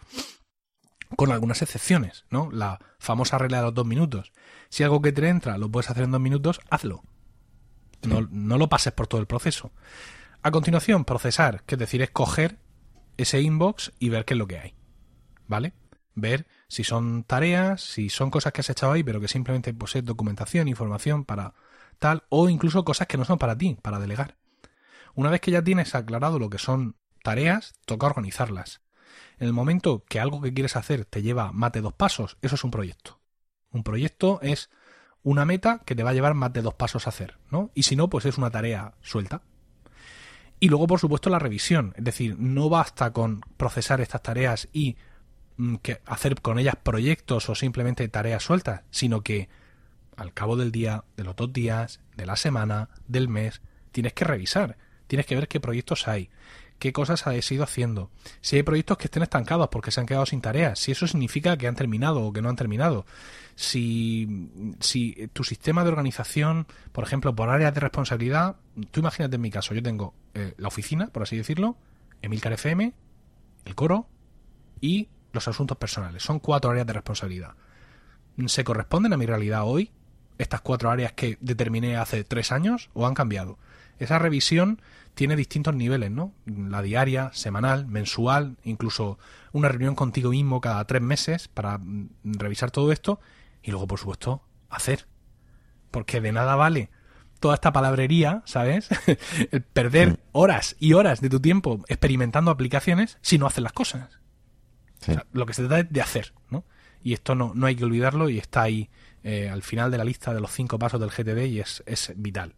Con algunas excepciones, ¿no? La famosa regla de los dos minutos. Si algo que te entra lo puedes hacer en dos minutos, hazlo. No, no lo pases por todo el proceso. A continuación, procesar, que es decir, es coger ese inbox y ver qué es lo que hay, ¿vale? Ver si son tareas, si son cosas que has echado ahí, pero que simplemente posees documentación, información para tal, o incluso cosas que no son para ti, para delegar. Una vez que ya tienes aclarado lo que son tareas, toca organizarlas. En el momento que algo que quieres hacer te lleva más de dos pasos, eso es un proyecto. Un proyecto es una meta que te va a llevar más de dos pasos a hacer, ¿no? Y si no, pues es una tarea suelta. Y luego, por supuesto, la revisión. Es decir, no basta con procesar estas tareas y mm, que hacer con ellas proyectos o simplemente tareas sueltas, sino que al cabo del día, de los dos días, de la semana, del mes, tienes que revisar. Tienes que ver qué proyectos hay, qué cosas has ido haciendo. Si hay proyectos que estén estancados porque se han quedado sin tareas, si eso significa que han terminado o que no han terminado. Si, si tu sistema de organización, por ejemplo, por áreas de responsabilidad, tú imagínate en mi caso, yo tengo eh, la oficina, por así decirlo, Emilcar F M, el coro y los asuntos personales. Son cuatro áreas de responsabilidad. ¿Se corresponden a mi realidad hoy estas cuatro áreas que determiné hace tres años o han cambiado? Esa revisión tiene distintos niveles, ¿no? La diaria, semanal, mensual, incluso una reunión contigo mismo cada tres meses para mm, revisar todo esto y luego, por supuesto, hacer. Porque de nada vale toda esta palabrería, ¿sabes? El perder horas y horas de tu tiempo experimentando aplicaciones si no haces las cosas. Sí. O sea, lo que se trata es de hacer, ¿no? Y esto no, no hay que olvidarlo y está ahí eh, al final de la lista de los cinco pasos del G T D y es, es vital.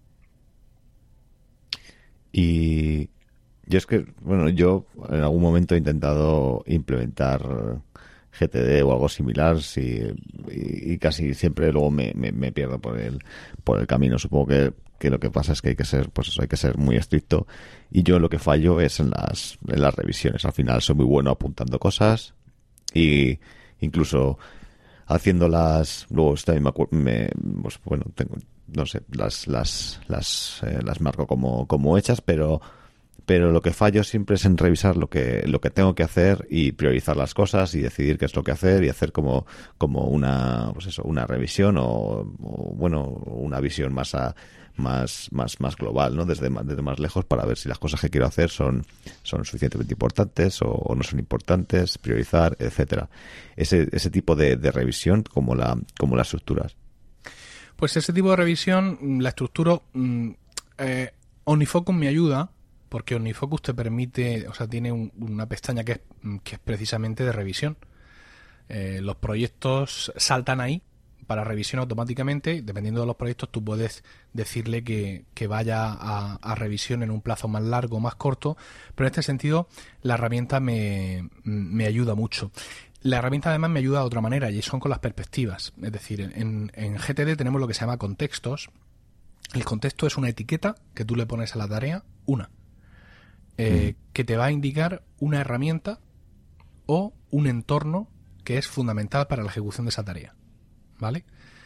Y yo es que, bueno, yo en algún momento he intentado implementar G T D o algo similar, sí, y, y casi siempre luego me, me, me pierdo por el por el camino. Supongo que, que lo que pasa es que hay que ser, pues eso, hay que ser muy estricto. Y yo lo que fallo es en las en las revisiones. Al final soy muy bueno apuntando cosas y incluso haciéndolas, luego también me, acu- me pues bueno, tengo, no sé, las las las eh, las marco como como hechas, pero pero lo que fallo siempre es en revisar lo que lo que tengo que hacer y priorizar las cosas y decidir qué es lo que hacer y hacer como como una, pues eso, una revisión o, o bueno, una visión más a más más más global, ¿no? Desde más, desde más lejos, para ver si las cosas que quiero hacer son son suficientemente importantes o, o no son importantes, priorizar, etcétera. Ese ese tipo de, de revisión, como la como la estructuras. Pues ese tipo de revisión la estructuro. eh, OmniFocus me ayuda porque OmniFocus te permite, o sea, tiene un, una pestaña que es que es precisamente de revisión. Eh, los proyectos saltan ahí para revisión automáticamente. Dependiendo de los proyectos, tú puedes decirle que, que vaya a, a revisión en un plazo más largo o más corto, pero en este sentido la herramienta me, me ayuda mucho. La herramienta además me ayuda de otra manera y son con las perspectivas. Es decir, en, en G T D tenemos lo que se llama contextos. El contexto es una etiqueta que tú le pones a la tarea, una, eh, mm. que te va a indicar una herramienta o un entorno que es fundamental para la ejecución de esa tarea. ¿Vale?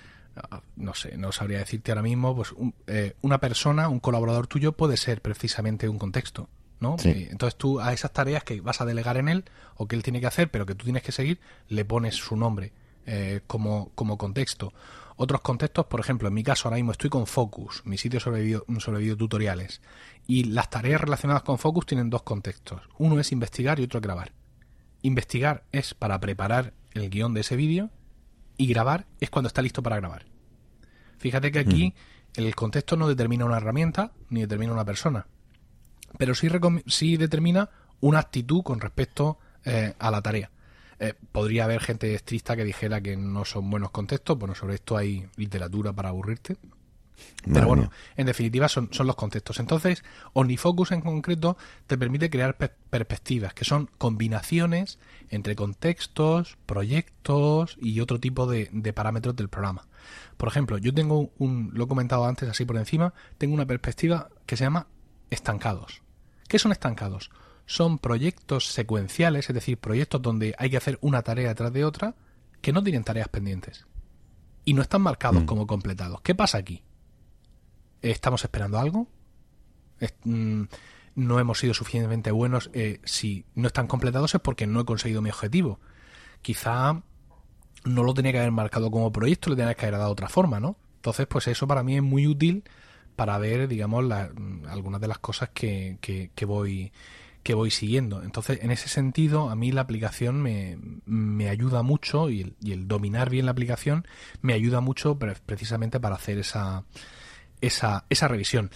No sé, no sabría decirte ahora mismo, pues un, eh, una persona, un colaborador tuyo puede ser precisamente un contexto, ¿no? Sí. Entonces tú a esas tareas que vas a delegar en él o que él tiene que hacer, pero que tú tienes que seguir, le pones su nombre eh, como, como contexto. Otros contextos, por ejemplo, en mi caso ahora mismo estoy con Focus, mi sitio sobre video, sobre videotutoriales, y las tareas relacionadas con Focus tienen dos contextos. Uno es investigar y otro es grabar. Investigar es para preparar el guión de ese vídeo y grabar es cuando está listo para grabar. Fíjate que aquí mm. el contexto no determina una herramienta ni determina una persona, pero sí, recom- sí determina una actitud con respecto eh, a la tarea. Eh, podría haber gente estricta que dijera que no son buenos contextos. Bueno, sobre esto hay literatura para aburrirte. Pero Madre bueno, mía. En definitiva son, son los contextos. Entonces, OmniFocus en concreto te permite crear per- perspectivas, que son combinaciones entre contextos, proyectos y otro tipo de, de parámetros del programa. Por ejemplo, yo tengo un, lo he comentado antes así por encima, tengo una perspectiva que se llama estancados. ¿Qué son estancados? Son proyectos secuenciales, es decir, proyectos donde hay que hacer una tarea detrás de otra que no tienen tareas pendientes y no están marcados mm. como completados. ¿Qué pasa aquí? ¿Estamos esperando algo? Es, mm, ¿No hemos sido suficientemente buenos? Eh, si no están completados es porque no he conseguido mi objetivo. Quizá no lo tenía que haber marcado como proyecto, le tenía que haber dado otra forma, ¿no? Entonces, pues eso para mí es muy útil para ver, digamos, la, algunas de las cosas que, que, que voy que voy siguiendo. Entonces, en ese sentido, a mí la aplicación me, me ayuda mucho y el, y el dominar bien la aplicación me ayuda mucho pre- precisamente para hacer esa, esa, esa revisión.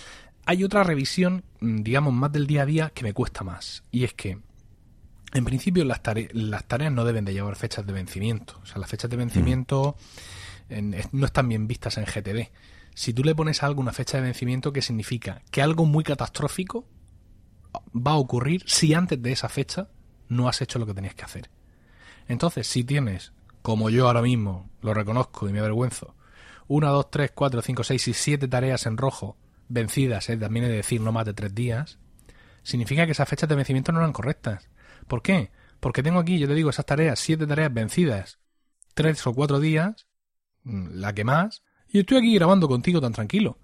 hay otra revisión, digamos, más del día a día que me cuesta más. Y es que, en principio, las, tare- las tareas no deben de llevar fechas de vencimiento. O sea, las fechas de vencimiento en, no están bien vistas en G T D. Si tú le pones a algo una fecha de vencimiento, ¿qué significa? Que algo muy catastrófico va a ocurrir si antes de esa fecha no has hecho lo que tenías que hacer. Entonces, si tienes, como yo ahora mismo, lo reconozco y me avergüenzo, una, dos, tres, cuatro, cinco, seis y siete tareas en rojo vencidas, ¿eh? También he de decir no más de tres días, significa que esas fechas de vencimiento no eran correctas. ¿Por qué? Porque tengo aquí, yo te digo, esas tareas, siete tareas vencidas, tres o cuatro días, la que más, y estoy aquí grabando contigo tan tranquilo.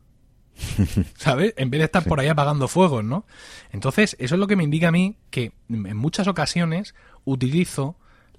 ¿Sabes? En vez de estar sí. por ahí apagando fuegos, ¿no? Entonces, eso es lo que me indica a mí que en muchas ocasiones utilizo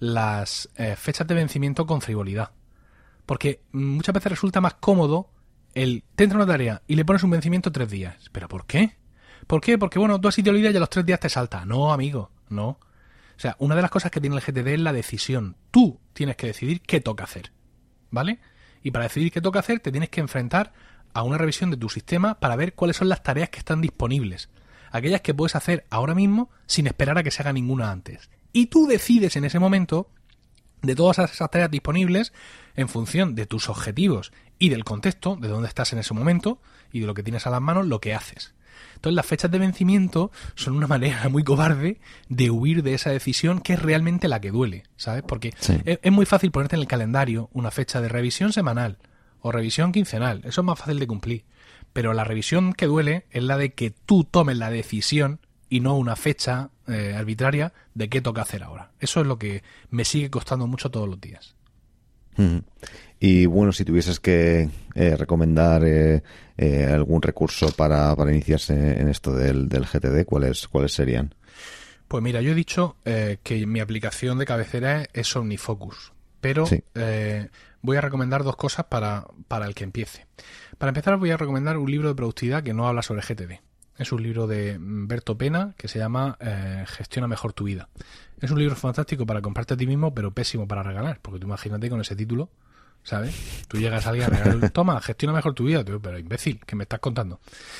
las eh, fechas de vencimiento con frivolidad. Porque muchas veces resulta más cómodo el te entra una tarea y le pones un vencimiento tres días. ¿Pero por qué? ¿Por qué? Porque, bueno, tú así te olvidas y a los tres días te salta. No, amigo, no. O sea, una de las cosas que tiene el G T D es la decisión. Tú tienes que decidir qué toca hacer, ¿vale? Y para decidir qué toca hacer te tienes que enfrentar a una revisión de tu sistema para ver cuáles son las tareas que están disponibles. Aquellas que puedes hacer ahora mismo sin esperar a que se haga ninguna antes. Y tú decides en ese momento, de todas esas tareas disponibles, en función de tus objetivos y del contexto, de dónde estás en ese momento y de lo que tienes a las manos, lo que haces. Entonces las fechas de vencimiento son una manera muy cobarde de huir de esa decisión que es realmente la que duele, ¿sabes? Porque sí. es, es muy fácil ponerte en el calendario una fecha de revisión semanal o revisión quincenal, eso es más fácil de cumplir. Pero la revisión que duele es la de que tú tomes la decisión y no una fecha eh, arbitraria de qué toca hacer ahora. Eso es lo que me sigue costando mucho todos los días. Mm. Y bueno, si tuvieses que eh, recomendar eh, eh, algún recurso para, para iniciarse en esto del, del G T D, ¿cuáles, cuáles serían? Pues mira, yo he dicho eh, que mi aplicación de cabecera es OmniFocus, pero sí. eh, voy a recomendar dos cosas para, para el que empiece. Para empezar voy a recomendar un libro de productividad que no habla sobre G T D. Es un libro de Berto Pena que se llama eh, Gestiona mejor tu vida. Es un libro fantástico para comprarte a ti mismo, pero pésimo para regalar, porque tú imagínate con ese título, ¿sabes? Tú llegas a alguien a regalar, toma, gestiona mejor tu vida, tú, pero imbécil, ¿qué me estás contando?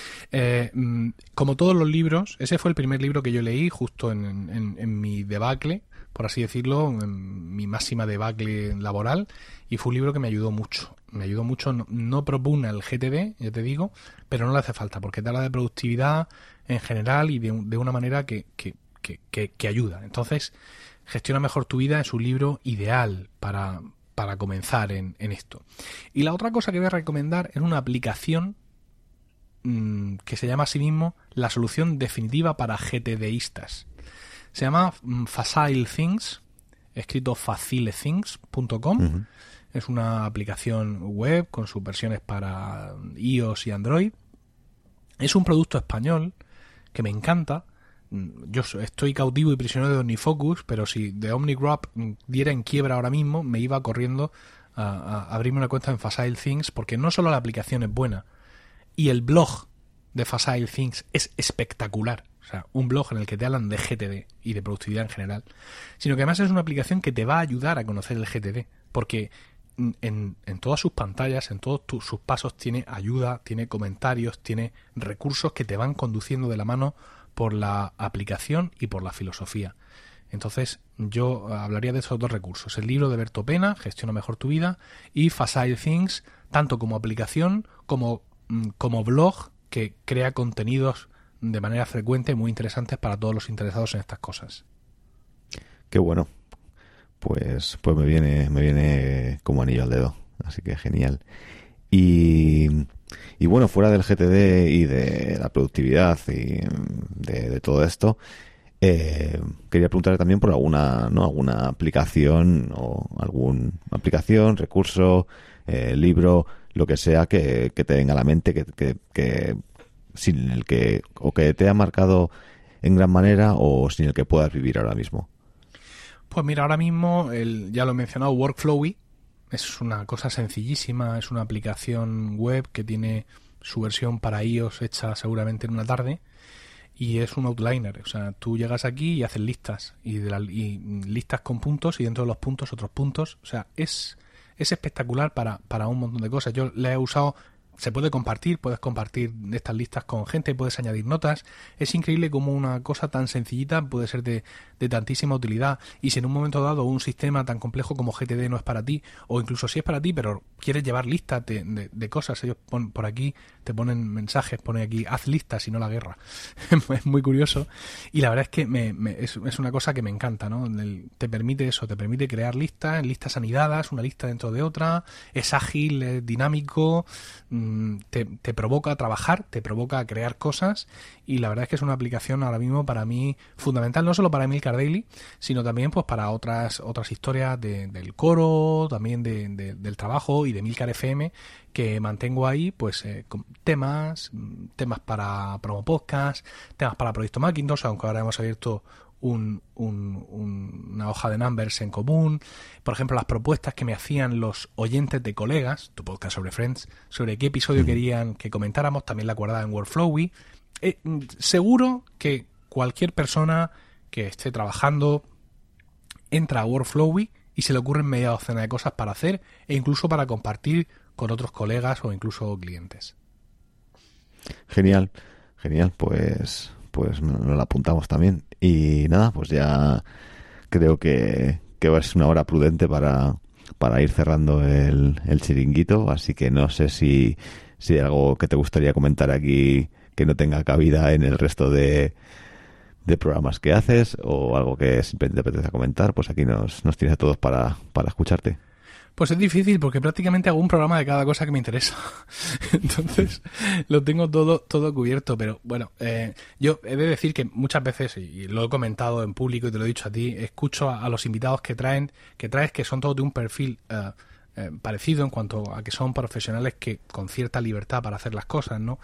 Eh, como todos los libros, ese fue el primer libro que yo leí justo en, en, en mi debacle, por así decirlo, en mi máxima debacle laboral, y fue un libro que me ayudó mucho. Me ayudó mucho, no, no propugna el G T D, ya te digo, pero no le hace falta, porque te habla de productividad en general y de, de una manera que, que, que, que, que ayuda. Entonces, Gestiona mejor tu vida es un libro ideal para, para comenzar en, en esto. Y la otra cosa que voy a recomendar es una aplicación mmm, que se llama a sí mismo la solución definitiva para GTDistas. Se llama Facile Things, escrito facile things punto com. Uh-huh. Es una aplicación web con sus versiones para iOS y Android. Es un producto español que me encanta. Yo estoy cautivo y prisionero de OmniFocus, pero si de OmniGrab diera en quiebra ahora mismo, me iba corriendo a, a abrirme una cuenta en Facile Things, porque no solo la aplicación es buena, y el blog de Facile Things es espectacular. O sea, un blog en el que te hablan de G T D y de productividad en general, sino que además es una aplicación que te va a ayudar a conocer el G T D, porque en, en todas sus pantallas, en todos tu, sus pasos, tiene ayuda, tiene comentarios, tiene recursos que te van conduciendo de la mano por la aplicación y por la filosofía. Entonces, yo hablaría de esos dos recursos. El libro de Berto Pena, Gestiona mejor tu vida, y Facile Things, tanto como aplicación como, como blog que crea contenidos de manera frecuente muy interesantes para todos los interesados en estas cosas. Qué bueno. Pues, pues me viene, me viene como anillo al dedo. Así que genial. Y, y bueno, fuera del G T D y de la productividad y de, de todo esto, eh, quería preguntarle también por alguna, ¿no? alguna aplicación o alguna aplicación, recurso, eh, libro, lo que sea que, que te venga a la mente, que, que, que sin el que o que te ha marcado en gran manera o sin el que puedas vivir ahora mismo. Pues mira, ahora mismo, el, ya lo he mencionado, Workflowy es una cosa sencillísima, es una aplicación web que tiene su versión para iOS hecha seguramente en una tarde y es un outliner, o sea, tú llegas aquí y haces listas y, de la, y listas con puntos y dentro de los puntos otros puntos, o sea, es, es espectacular para, para un montón de cosas. Yo la he usado se puede compartir, puedes compartir estas listas con gente, puedes añadir notas. Es increíble cómo una cosa tan sencillita puede ser de, de tantísima utilidad. Y si en un momento dado un sistema tan complejo como G T D no es para ti, o incluso si es para ti, pero quieres llevar listas de, de, de cosas, ellos ponen por aquí, te ponen mensajes, ponen aquí, haz listas y no la guerra. Es muy curioso. Y la verdad es que me, me, es, es una cosa que me encanta, ¿no? El, te permite eso, te permite crear listas, listas anidadas, una lista dentro de otra, es ágil, es dinámico, Te, te provoca a trabajar, te provoca a crear cosas, y la verdad es que es una aplicación ahora mismo para mí fundamental, no solo para Emilcar Daily, sino también pues para otras otras historias de, del coro, también de, de, del trabajo y de Emilcar F M, que mantengo ahí pues eh, con temas, temas para promo podcast, temas para Proyecto Macintosh, aunque ahora hemos abierto Un, un, un, una hoja de numbers en común. Por ejemplo, las propuestas que me hacían los oyentes de Colegas, tu podcast sobre Friends, sobre qué episodio querían que comentáramos, también la guardaba en Workflowy. Eh, seguro que cualquier persona que esté trabajando entra a Workflowy y se le ocurren media docena de cosas para hacer e incluso para compartir con otros colegas o incluso clientes. Genial, genial, pues pues nos la apuntamos también. Y nada, pues ya creo que, que va a ser una hora prudente para, para ir cerrando el, el chiringuito, así que no sé si, si hay algo que te gustaría comentar aquí que no tenga cabida en el resto de, de programas que haces, o algo que simplemente te apetece comentar, pues aquí nos, nos tienes a todos para, para escucharte. Pues es difícil porque prácticamente hago un programa de cada cosa que me interesa. Entonces lo tengo todo todo cubierto. Pero bueno, eh, yo he de decir que muchas veces, y lo he comentado en público y te lo he dicho a ti, escucho a, a los invitados que traen, que traes que son todos de un perfil eh, eh, parecido en cuanto a que son profesionales que con cierta libertad para hacer las cosas, ¿no?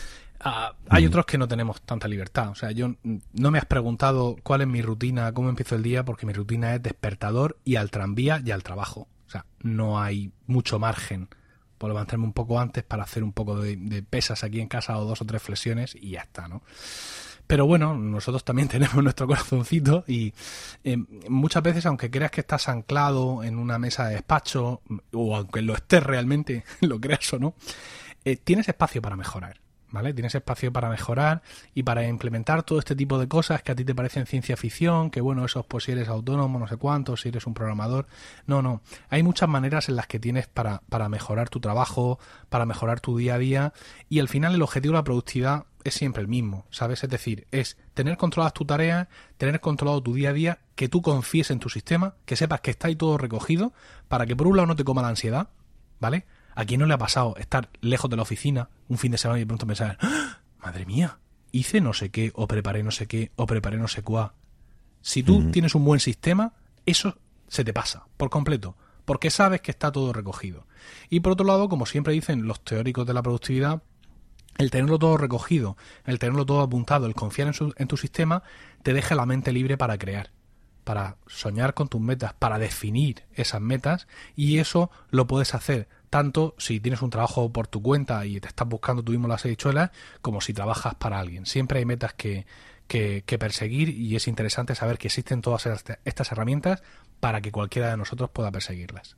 Uh, hay otros que no tenemos tanta libertad. O sea, yo no me has preguntado cuál es mi rutina, cómo empiezo el día, porque mi rutina es despertador y al tranvía y al trabajo. O sea, no hay mucho margen por levantarme un poco antes para hacer un poco de, de pesas aquí en casa o dos o tres flexiones y ya está, ¿no? Pero bueno, nosotros también tenemos nuestro corazoncito y eh, muchas veces, aunque creas que estás anclado en una mesa de despacho, o aunque lo estés realmente, lo creas o no, eh, tienes espacio para mejorar. ¿Vale? Tienes espacio para mejorar y para implementar todo este tipo de cosas que a ti te parecen ciencia ficción, que bueno, eso pues si eres autónomo, no sé cuánto, si eres un programador. No, no. Hay muchas maneras en las que tienes para, para mejorar tu trabajo, para mejorar tu día a día, y al final el objetivo de la productividad es siempre el mismo, ¿sabes? Es decir, es tener controladas tus tareas, tener controlado tu día a día, que tú confíes en tu sistema, que sepas que está ahí todo recogido, para que por un lado no te coma la ansiedad, ¿vale? ¿A quién no le ha pasado estar lejos de la oficina un fin de semana y de pronto pensar, ¡ah! Madre mía, hice no sé qué, o preparé no sé qué, o preparé no sé cuá? Si tú uh-huh. tienes un buen sistema, eso se te pasa por completo, porque sabes que está todo recogido. Y por otro lado, como siempre dicen los teóricos de la productividad, el tenerlo todo recogido, el tenerlo todo apuntado, el confiar en, su, en tu sistema, te deja la mente libre para crear, para soñar con tus metas, para definir esas metas, y eso lo puedes hacer tanto si tienes un trabajo por tu cuenta y te estás buscando tú mismo las habichuelas, como si trabajas para alguien. Siempre hay metas que, que, que perseguir, y es interesante saber que existen todas estas herramientas para que cualquiera de nosotros pueda perseguirlas.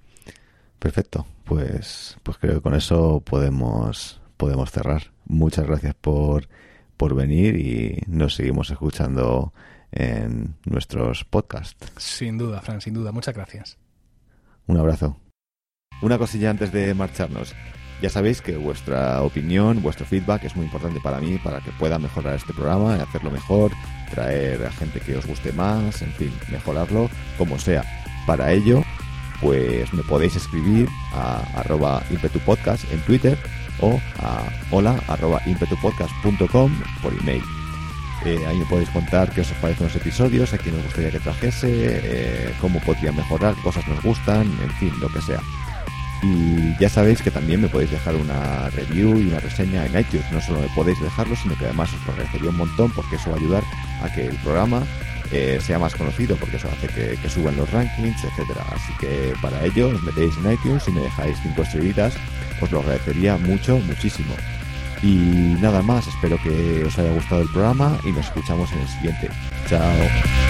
Perfecto, pues, pues creo que con eso podemos, podemos cerrar. Muchas gracias por, por venir y nos seguimos escuchando en nuestros podcasts. Sin duda, Fran, sin duda. Muchas gracias. Un abrazo. Una cosilla antes de marcharnos. Ya sabéis que vuestra opinión, vuestro feedback es muy importante para mí, para que pueda mejorar este programa, hacerlo mejor, traer a gente que os guste más, en fin, mejorarlo, como sea. Para ello, pues me podéis escribir a arroba impetupodcast en Twitter o a hola arroba impetupodcast punto com por email. Eh, ahí me podéis contar qué os parecen los episodios, a quién os gustaría que trajese, eh, cómo podrían mejorar, qué cosas nos gustan, en fin, lo que sea. Y ya sabéis que también me podéis dejar una review y una reseña en iTunes. No solo me podéis dejarlo, sino que además os lo agradecería un montón, porque eso va a ayudar a que el programa eh, sea más conocido, porque eso hace que, que suban los rankings, etcétera. Así que para ello os metéis en iTunes y me dejáis cinco estrellitas, os lo agradecería mucho, muchísimo. Y nada más, espero que os haya gustado el programa y nos escuchamos en el siguiente. Chao.